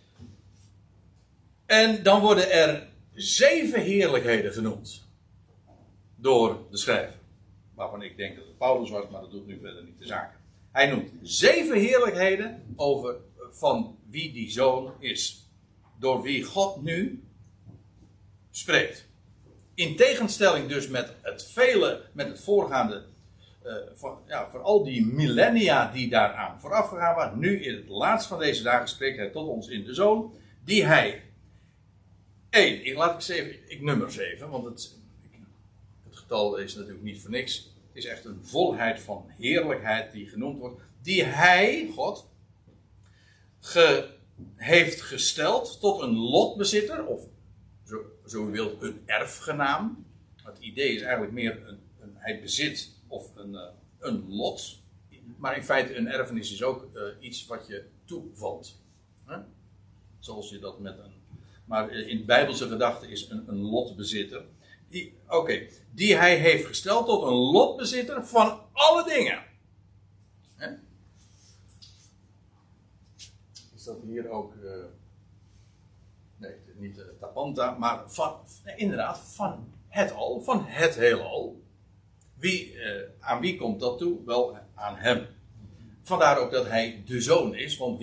En dan worden er 7 heerlijkheden genoemd. Door de schrijver. Waarvan ik denk dat het Paulus was, maar dat doet nu verder niet de zaak. Hij noemt 7 heerlijkheden over van wie die Zoon is. Door wie God nu spreekt. In tegenstelling dus met het voorgaande, voor al die millennia die daaraan vooraf gegaan waren. Nu in het laatst van deze dagen spreekt hij tot ons in de Zoon. Die hij, ik nummer 7, want het getal is natuurlijk niet voor niks. Het is echt een volheid van heerlijkheid die genoemd wordt. Die hij, God, heeft gesteld tot een lotbezitter, of zo u wilt, een erfgenaam. Het idee is eigenlijk meer hij bezit of een lot. Maar in feite een erfenis is ook iets wat je toevalt. Zoals je dat met maar in de Bijbelse gedachte is een lotbezitter. Die hij heeft gesteld tot een lotbezitter van alle dingen. Is dat hier ook... Nee, niet Tapanta, maar inderdaad van het al, van het heelal. Aan wie komt dat toe? Wel, aan hem. Vandaar ook dat hij de Zoon is, want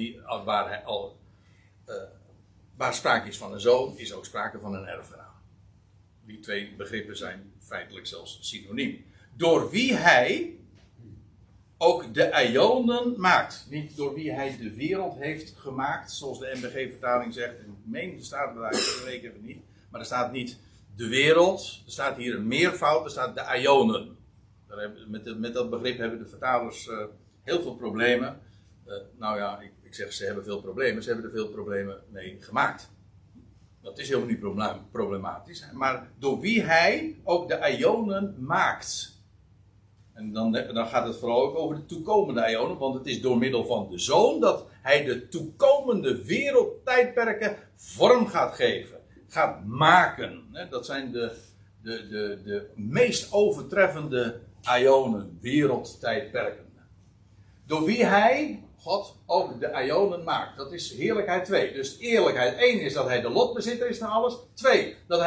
waar sprake is van een zoon, is ook sprake van een erfgenaam. Die 2 begrippen zijn feitelijk zelfs synoniem. Door wie hij ook de aionen maakt. Niet door wie hij de wereld heeft gemaakt, zoals de NBG-vertaling zegt. Ik meen, er staat er eigenlijk even niet. Maar er staat niet de wereld. Er staat hier een meervoud, er staat de aionen. Met dat begrip hebben de vertalers heel veel problemen. Ik zeg ze hebben veel problemen. Ze hebben er veel problemen mee gemaakt. Dat is helemaal niet problematisch. Maar door wie hij ook de aionen maakt. En dan gaat het vooral ook over de toekomende aionen. Want het is door middel van de Zoon dat hij de toekomende wereldtijdperken vorm gaat geven. Gaat maken. Dat zijn de meest overtreffende aionen, wereldtijdperken. Door wie hij, God, ook de aionen maakt. Dat is heerlijkheid 2. Dus eerlijkheid 1 is dat hij de lotbezitter is van alles. 2, dat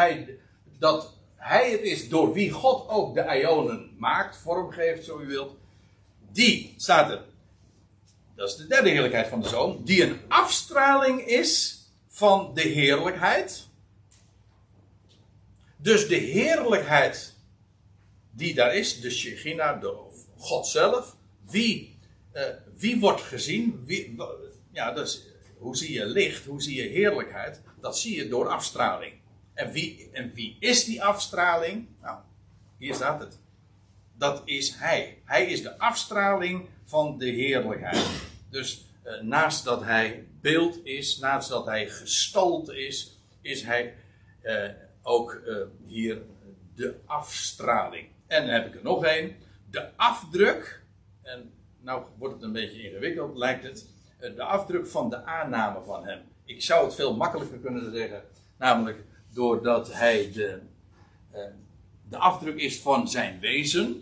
hij het is door wie God ook de aionen maakt, vormgeeft, zo u wilt. Die, staat er, dat is de derde heerlijkheid van de Zoon, die een afstraling is van de heerlijkheid. Dus de heerlijkheid die daar is, de Shechina, de God zelf, wie wordt gezien? Dus, hoe zie je licht, hoe zie je heerlijkheid? Dat zie je door afstraling. En wie is die afstraling? Nou, hier staat het. Dat is Hij. Hij is de afstraling van de heerlijkheid. Dus naast dat Hij beeld is, naast dat Hij gestalte is Hij ook hier de afstraling. En dan heb ik er nog één. De afdruk. En nou wordt het een beetje ingewikkeld, lijkt het. De afdruk van de aanname van Hem. Ik zou het veel makkelijker kunnen zeggen. Namelijk doordat Hij de afdruk is van zijn wezen.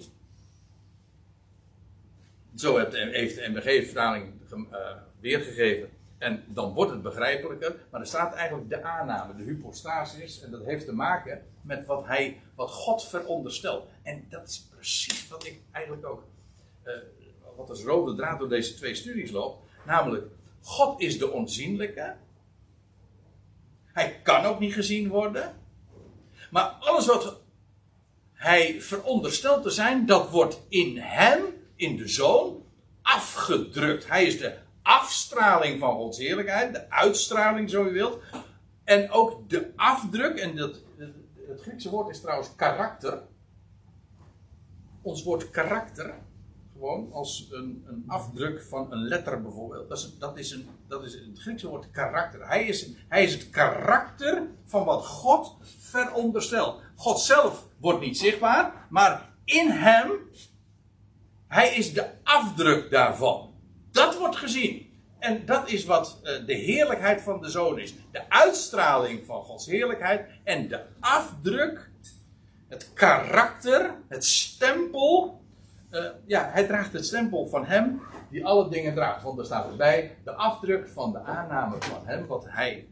Zo heeft de MBG-vertaling weergegeven. En dan wordt het begrijpelijker. Maar er staat eigenlijk de aanname, de hypostasis. En dat heeft te maken met wat God veronderstelt. En dat is precies wat ik eigenlijk ook, wat als rode draad door deze twee studies loopt. Namelijk, God is de onzienlijke. Hij kan ook niet gezien worden. Maar alles wat Hij veronderstelt te zijn, dat wordt in Hem, in de Zoon, afgedrukt. Hij is de afstraling van Gods heerlijkheid, de uitstraling zo u wilt. En ook de afdruk, en het Griekse woord is trouwens karakter. Ons woord karakter, gewoon als een afdruk van een letter bijvoorbeeld. Dat is het Griekse woord karakter. Hij is het karakter van wat God veronderstelt. God zelf wordt niet zichtbaar, maar in Hem, Hij is de afdruk daarvan. Dat wordt gezien. En dat is wat de heerlijkheid van de Zoon is. De uitstraling van Gods heerlijkheid en de afdruk, het karakter, het stempel. Hij draagt het stempel van Hem die alle dingen draagt. Want er staat erbij de afdruk van de aanname van Hem, wat Hij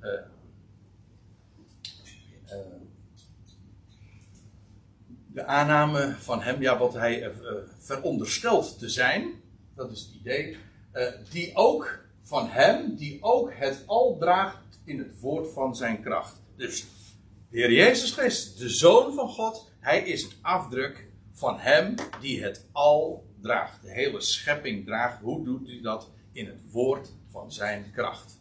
de aanname van Hem, wat Hij veronderstelt te zijn. Dat is het idee. Die ook van Hem, die ook het al draagt in het woord van zijn kracht. Dus de Heer Jezus Christus, de Zoon van God, Hij is het afdruk van Hem die het al draagt. De hele schepping draagt. Hoe doet Hij dat? In het woord van zijn kracht.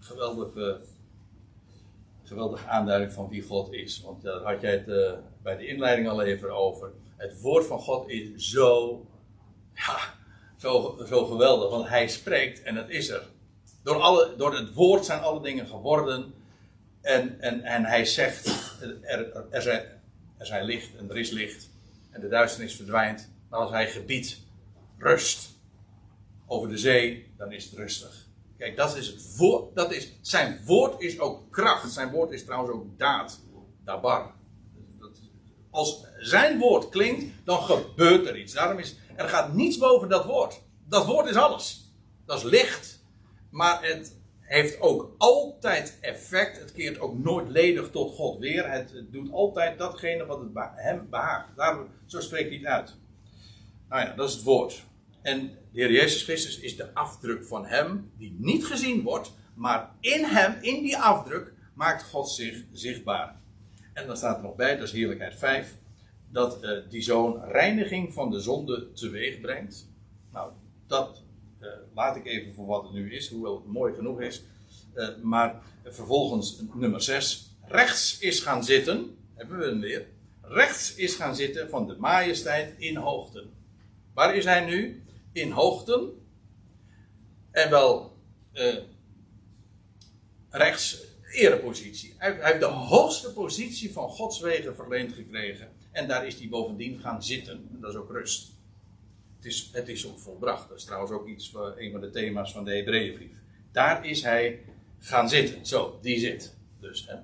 Geweldige aanduiding van wie God is. Want daar had jij het bij de inleiding al even over. Het woord van God is zo geweldig. Want Hij spreekt en het is er. Door het woord zijn alle dingen geworden. En Hij zegt, er zij licht en er is licht. En de duisternis verdwijnt. Maar als Hij gebiedt rust over de zee, dan is het rustig. Kijk, dat is het woord. Zijn woord is ook kracht. Zijn woord is trouwens ook daad. Dabar. Als zijn woord klinkt, dan gebeurt er iets. Er gaat niets boven dat woord. Dat woord is alles. Dat is licht. Maar het heeft ook altijd effect. Het keert ook nooit ledig tot God weer. Het doet altijd datgene wat het Hem behaagt. Zo spreekt hij het uit. Nou ja, dat is het woord. En de Heer Jezus Christus is de afdruk van Hem, die niet gezien wordt, maar in Hem, in die afdruk, maakt God zich zichtbaar. En dan staat er nog bij, dat is heerlijkheid 5, dat die Zoon reiniging van de zonde teweeg brengt. Nou, dat laat ik even voor wat het nu is, hoewel het mooi genoeg is. Maar vervolgens nummer 6, rechts is gaan zitten, hebben we hem weer. Rechts is gaan zitten van de majesteit in hoogten. Waar is Hij nu? In hoogten. En wel rechts erepositie. Hij heeft de hoogste positie van Gods wegen verleend gekregen. En daar is hij bovendien gaan zitten. En dat is ook rust. Het is ook volbracht. Dat is trouwens ook een van de thema's van de Hebreeënbrief. Daar is hij gaan zitten. Zo, die zit. Dus, hè.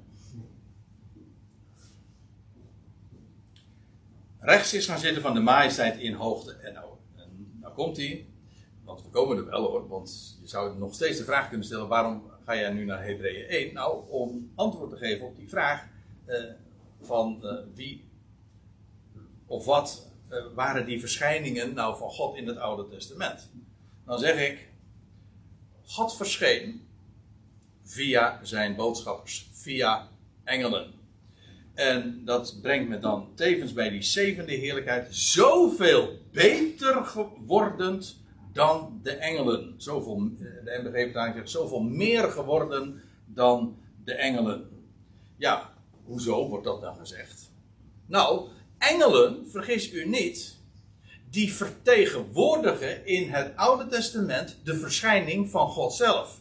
Rechts is gaan zitten van de majesteit in hoogte. En nou komt hij. Want we komen er wel hoor. Want je zou nog steeds de vraag kunnen stellen. Waarom ga jij nu naar Hebreeën 1? Nou, om antwoord te geven op die vraag. Van wie of wat waren die verschijningen nou van God in het Oude Testament? Dan zeg ik, God verscheen via zijn boodschappers, via engelen. En dat brengt me dan tevens bij die zevende heerlijkheid, zoveel beter gewordend dan de engelen. Zoveel, de MBG-vertaling zegt, zoveel meer geworden dan de engelen. Ja, hoezo wordt dat dan gezegd? Nou, engelen, vergis u niet, die vertegenwoordigen in het Oude Testament de verschijning van God zelf.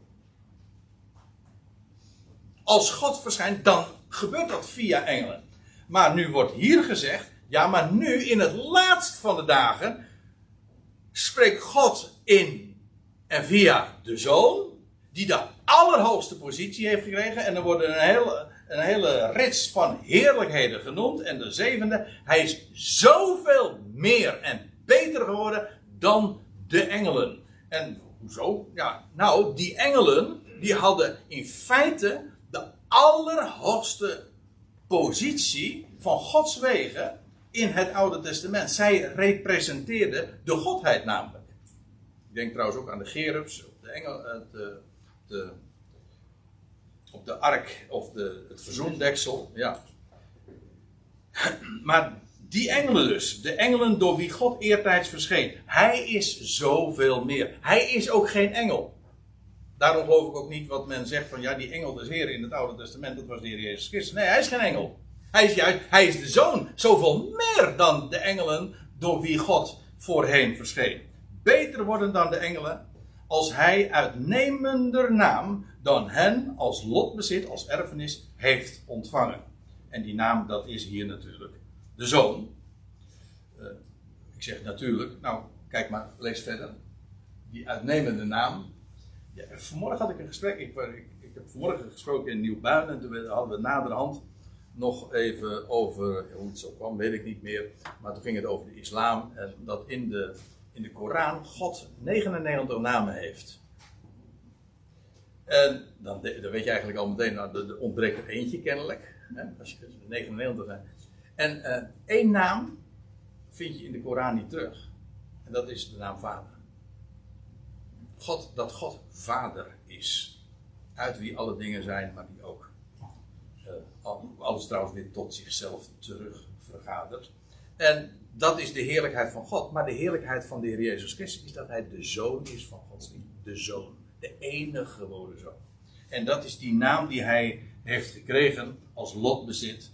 Als God verschijnt, dan gebeurt dat via engelen. Maar nu wordt hier gezegd, ja, maar nu in het laatst van de dagen spreekt God in en via de Zoon, die de allerhoogste positie heeft gekregen. En er worden een hele rits van heerlijkheden genoemd. En de zevende, hij is zoveel meer en beter geworden dan de engelen. En hoezo? Ja, nou, die engelen, die hadden in feite de allerhoogste positie van Gods wegen in het Oude Testament. Zij representeerden de Godheid namelijk. Ik denk trouwens ook aan de cherubs, op de engel, op de ark of het verzoendeksel. Ja. Maar die engelen dus, de engelen door wie God eertijds verscheen, hij is zoveel meer. Hij is ook geen engel. Daarom geloof ik ook niet wat men zegt van ja, die engel des Heren in het Oude Testament, dat was de Heer Jezus Christus. Nee, hij is geen engel. Hij is de Zoon, zoveel meer dan de engelen door wie God voorheen verscheen. Beter worden dan de engelen, als hij uitnemender naam dan hen als lotbezit, als erfenis heeft ontvangen. En die naam, dat is hier natuurlijk de Zoon. Ik zeg natuurlijk, nou kijk maar, lees verder. Die uitnemende naam. Ja, vanmorgen had ik een gesprek, ik heb vanmorgen gesproken in Nieuwbuin en toen hadden we naderhand nog even over, hoe het zo kwam, weet ik niet meer, maar toen ging het over de islam en dat in de Koran God 99 namen heeft. En dan weet je eigenlijk al meteen, nou, er ontbreekt er eentje kennelijk, hè, als je 99 hebt. En één naam vind je in de Koran niet terug. En dat is de naam Vader. Dat God Vader is. Uit wie alle dingen zijn, maar die ook alles trouwens weer tot zichzelf terug vergadert. En dat is de heerlijkheid van God. Maar de heerlijkheid van de Heer Jezus Christus is dat hij de Zoon is van Gods liefde. De Zoon. De enige geboren Zoon. En dat is die naam die hij heeft gekregen als lotbezit.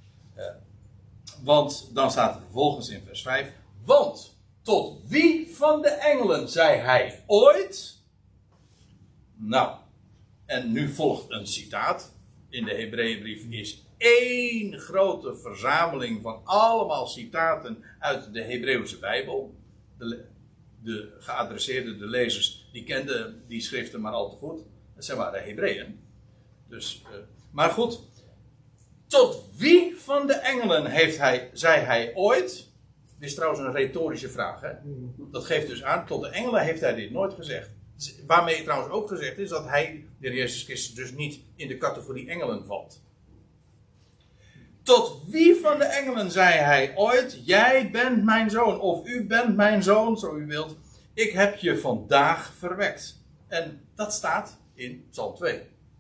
Want dan staat er vervolgens in vers 5. Want tot wie van de engelen zei hij ooit? Nou, en nu volgt een citaat. In de Hebreeënbrief is één grote verzameling van allemaal citaten uit de Hebreeuwse Bijbel. De geadresseerde, de lezers, die kenden die schriften maar al te goed. Dat zijn waren Hebreeën. Dus, maar goed. Tot wie van de engelen zei hij ooit? Dit is trouwens een retorische vraag. Hè? Dat geeft dus aan, tot de engelen heeft hij dit nooit gezegd. Waarmee trouwens ook gezegd is dat hij, de Heer Jezus Christus, dus niet in de categorie engelen valt. Tot wie van de engelen zei hij ooit, jij bent mijn zoon, of u bent mijn zoon, zo u wilt. Ik heb je vandaag verwekt. En dat staat in Psalm 2.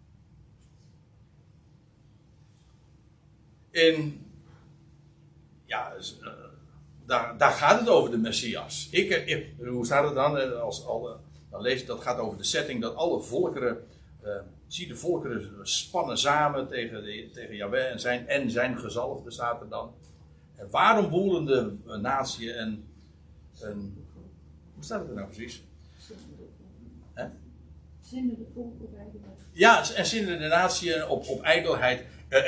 Daar gaat het over de Messias. Hoe staat het dan? Dan lees je, dat gaat over de setting dat alle volkeren, zie de volkeren spannen samen tegen Jahweh en zijn gezalfde, staat er dan. En waarom woelende natie en hoe staat het er nou precies? Zinnen de volk op ijdelheid. Ja, en zinnen de natie op ijdelheid.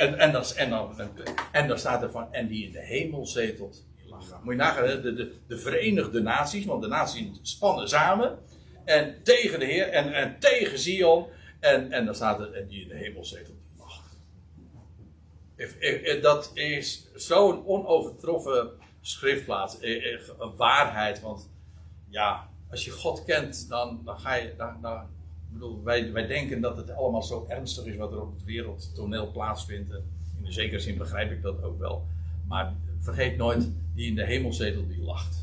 En dan staat er van, en die in de hemel zetelt. Moet je nagaan, de Verenigde Naties, want de naties spannen samen. En tegen de Heer en tegen Zion. En dan staat er, en die in de hemel zetelt. Dat is zo'n onovertroffen schriftplaats. Een waarheid, want ja, als je God kent, dan ga je... Ik bedoel, wij denken dat het allemaal zo ernstig is wat er op het wereldtoneel plaatsvindt. En in de zekere zin begrijp ik dat ook wel. Maar vergeet nooit, die in de hemelzetel die lacht.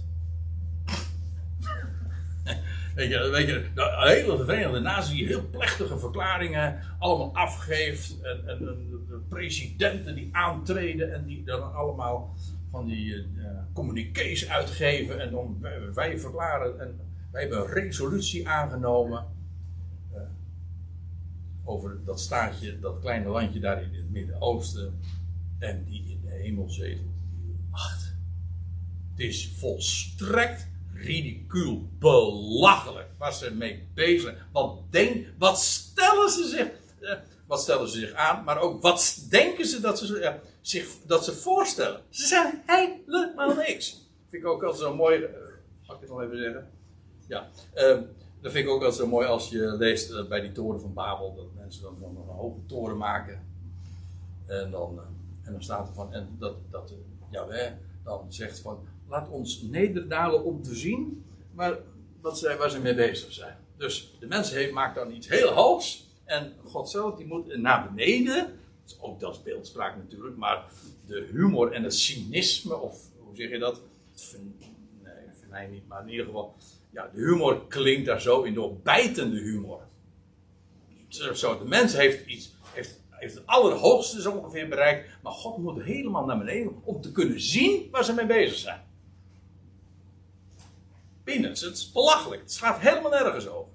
Weet je, de hele Verenigde Naties die heel plechtige verklaringen allemaal afgeeft. En de presidenten die aantreden en die dan allemaal van die communiqués uitgeven. En dan wij verklaren, en wij hebben een resolutie aangenomen. Over dat staatje, dat kleine landje daar in het Midden-Oosten. En die in de hemelzetel die lacht. Het is volstrekt ridicuul, belachelijk waar ze mee bezig zijn. Wat stellen ze zich aan, maar ook wat denken ze dat ze voorstellen? Ze zijn helemaal niks. Vind ik ook altijd zo mooi. Zal ik het nog even zeggen? Ja. Dat vind ik ook altijd zo mooi als je leest bij die toren van Babel, dat mensen dan nog een hoge toren maken. En dan staat er van, en dat Jahweh dan zegt van, laat ons nederdalen om te zien waar ze mee bezig zijn. Dus de mens maakt dan iets heel hoogs. En God zelf die moet naar beneden. Ook dat is beeldspraak natuurlijk. Maar de humor en het cynisme, of hoe zeg je dat? Nee, vind hij niet. Maar in ieder geval, ja, de humor klinkt daar zo in door. Bijtende humor. Zo, de mens heeft het allerhoogste zo ongeveer bereikt. Maar God moet helemaal naar beneden om te kunnen zien waar ze mee bezig zijn. Peanuts, het is belachelijk. Het gaat helemaal nergens over.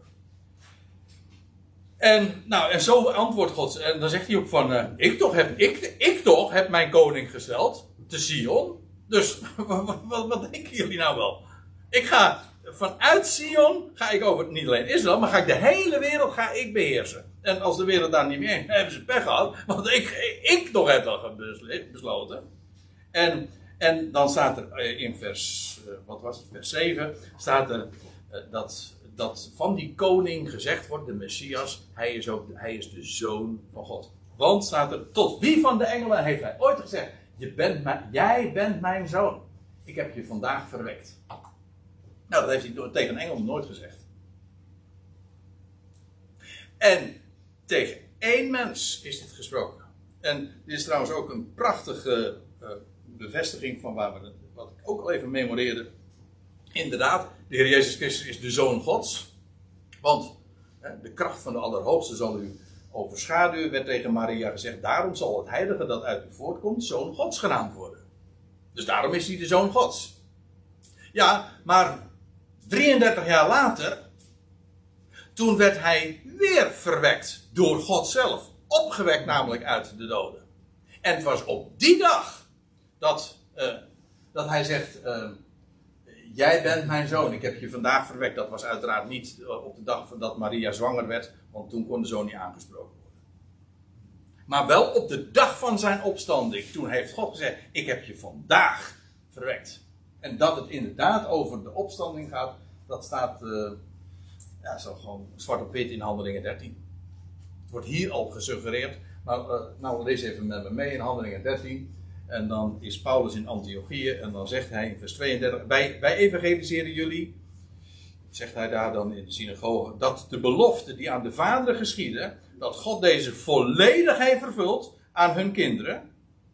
En zo antwoordt God. En dan zegt hij ook van, ik toch heb mijn koning gesteld, te Sion. Dus, wat denken jullie nou wel? Ik ga vanuit Sion, ga ik over niet alleen Israël, maar ga ik de hele wereld beheersen. En als de wereld daar niet meer is, hebben ze pech gehad. Want ik toch heb dat besloten. En dan staat er in vers 7, staat er dat van die koning gezegd wordt, de Messias, hij is de zoon van God. Want staat er, tot wie van de engelen heeft hij ooit gezegd, jij bent mijn zoon. Ik heb je vandaag verwekt. Nou, dat heeft hij tegen een engel nooit gezegd. En tegen één mens is dit gesproken. En dit is trouwens ook een prachtige bevestiging van wat ik ook al even memoreerde. Inderdaad, de Heer Jezus Christus is de Zoon Gods. Want de kracht van de Allerhoogste zal u overschaduwen, werd tegen Maria gezegd. Daarom zal het heilige dat uit u voortkomt, Zoon Gods genaamd worden. Dus daarom is hij de Zoon Gods. Ja, maar 33 jaar later, toen werd hij weer verwekt door God zelf. Opgewekt namelijk uit de doden. En het was op die dag dat hij zegt, jij bent mijn zoon, ik heb je vandaag verwekt. Dat was uiteraard niet op de dag dat Maria zwanger werd, want toen kon de zoon niet aangesproken worden. Maar wel op de dag van zijn opstanding. Toen heeft God gezegd, ik heb je vandaag verwekt. En dat het inderdaad over de opstanding gaat, dat staat zo gewoon zwart op wit in Handelingen 13. Het wordt hier al gesuggereerd, maar lees even met me mee in Handelingen 13. En dan is Paulus in Antiochië en dan zegt hij in vers 32, wij evangeliseren jullie, zegt hij daar dan in de synagoge, dat de belofte die aan de vaderen geschiedde, dat God deze volledig heeft vervuld aan hun kinderen,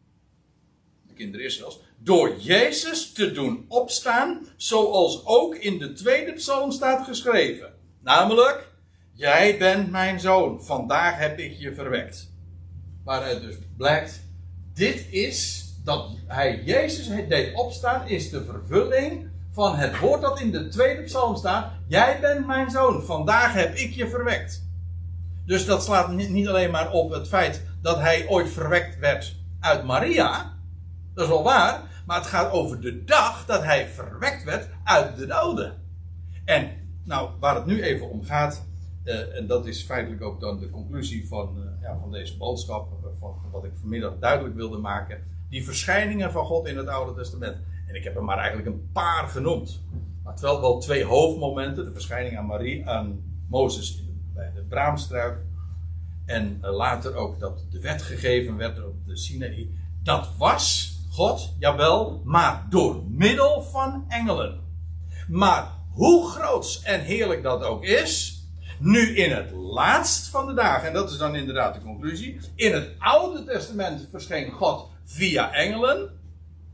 de kinderen Israëls, door Jezus te doen opstaan, zoals ook in de tweede psalm staat geschreven. Namelijk, jij bent mijn zoon, vandaag heb ik je verwekt. Waaruit dus blijkt, dit is, dat hij Jezus deed opstaan, is de vervulling van het woord dat in de tweede psalm staat. Jij bent mijn zoon, vandaag heb ik je verwekt. Dus dat slaat niet alleen maar op het feit dat hij ooit verwekt werd uit Maria. Dat is wel waar, maar het gaat over de dag dat hij verwekt werd uit de doden. En waar het nu even om gaat, en dat is feitelijk ook dan de conclusie van deze boodschap, van wat ik vanmiddag duidelijk wilde maken. Die verschijningen van God in het Oude Testament. En ik heb er maar eigenlijk een paar genoemd. Maar het wel 2 hoofdmomenten. De verschijning aan Mozes bij de braamstruik. En later ook dat de wet gegeven werd op de Sinaï. Dat was God, jawel, maar door middel van engelen. Maar hoe groots en heerlijk dat ook is, nu in het laatst van de dagen, en dat is dan inderdaad de conclusie, in het Oude Testament verscheen God via engelen,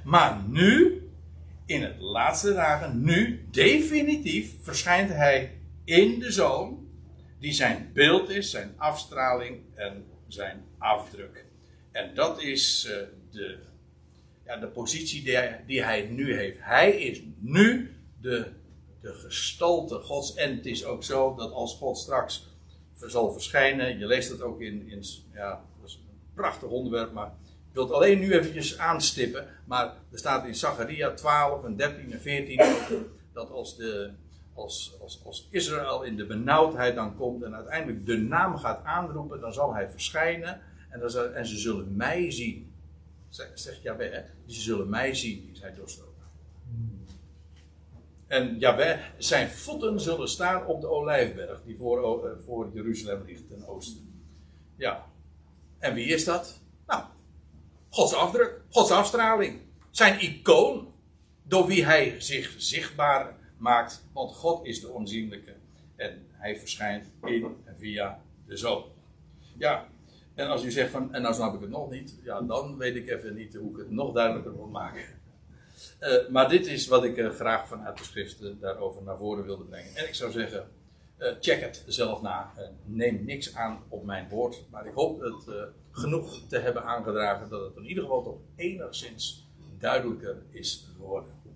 Maar nu, in het laatste dagen, nu definitief verschijnt hij in de Zoon, die zijn beeld is, zijn afstraling en zijn afdruk. En dat is de positie die hij nu heeft. Hij is nu de gestalte Gods. En het is ook zo dat als God straks zal verschijnen, je leest dat ook in ja, dat is een prachtig onderwerp, maar ik wil het alleen nu eventjes aanstippen. Maar er staat in Zacharia 12 en 13 en 14 dat als Israël in de benauwdheid dan komt en uiteindelijk de naam gaat aanroepen, dan zal hij verschijnen en ze zullen mij zien. Zegt Jahweh, hè? Ze zullen mij zien, die zij doorstoken. En Jahweh, zijn voeten zullen staan op de Olijfberg, die voor Jeruzalem ligt ten oosten. Ja. En wie is dat? Nou, Gods afdruk, Gods afstraling. Zijn icoon, door wie hij zich zichtbaar maakt. Want God is de onzienlijke. En hij verschijnt in en via de Zoon. Ja, en als u zegt van, en nou snap ik het nog niet. Ja, dan weet ik even niet hoe ik het nog duidelijker moet maken. Maar dit is wat ik graag vanuit de schriften daarover naar voren wilde brengen. En ik zou zeggen, check het zelf na. Neem niks aan op mijn woord. Maar ik hoop het genoeg te hebben aangedragen dat het in ieder geval toch enigszins duidelijker is geworden.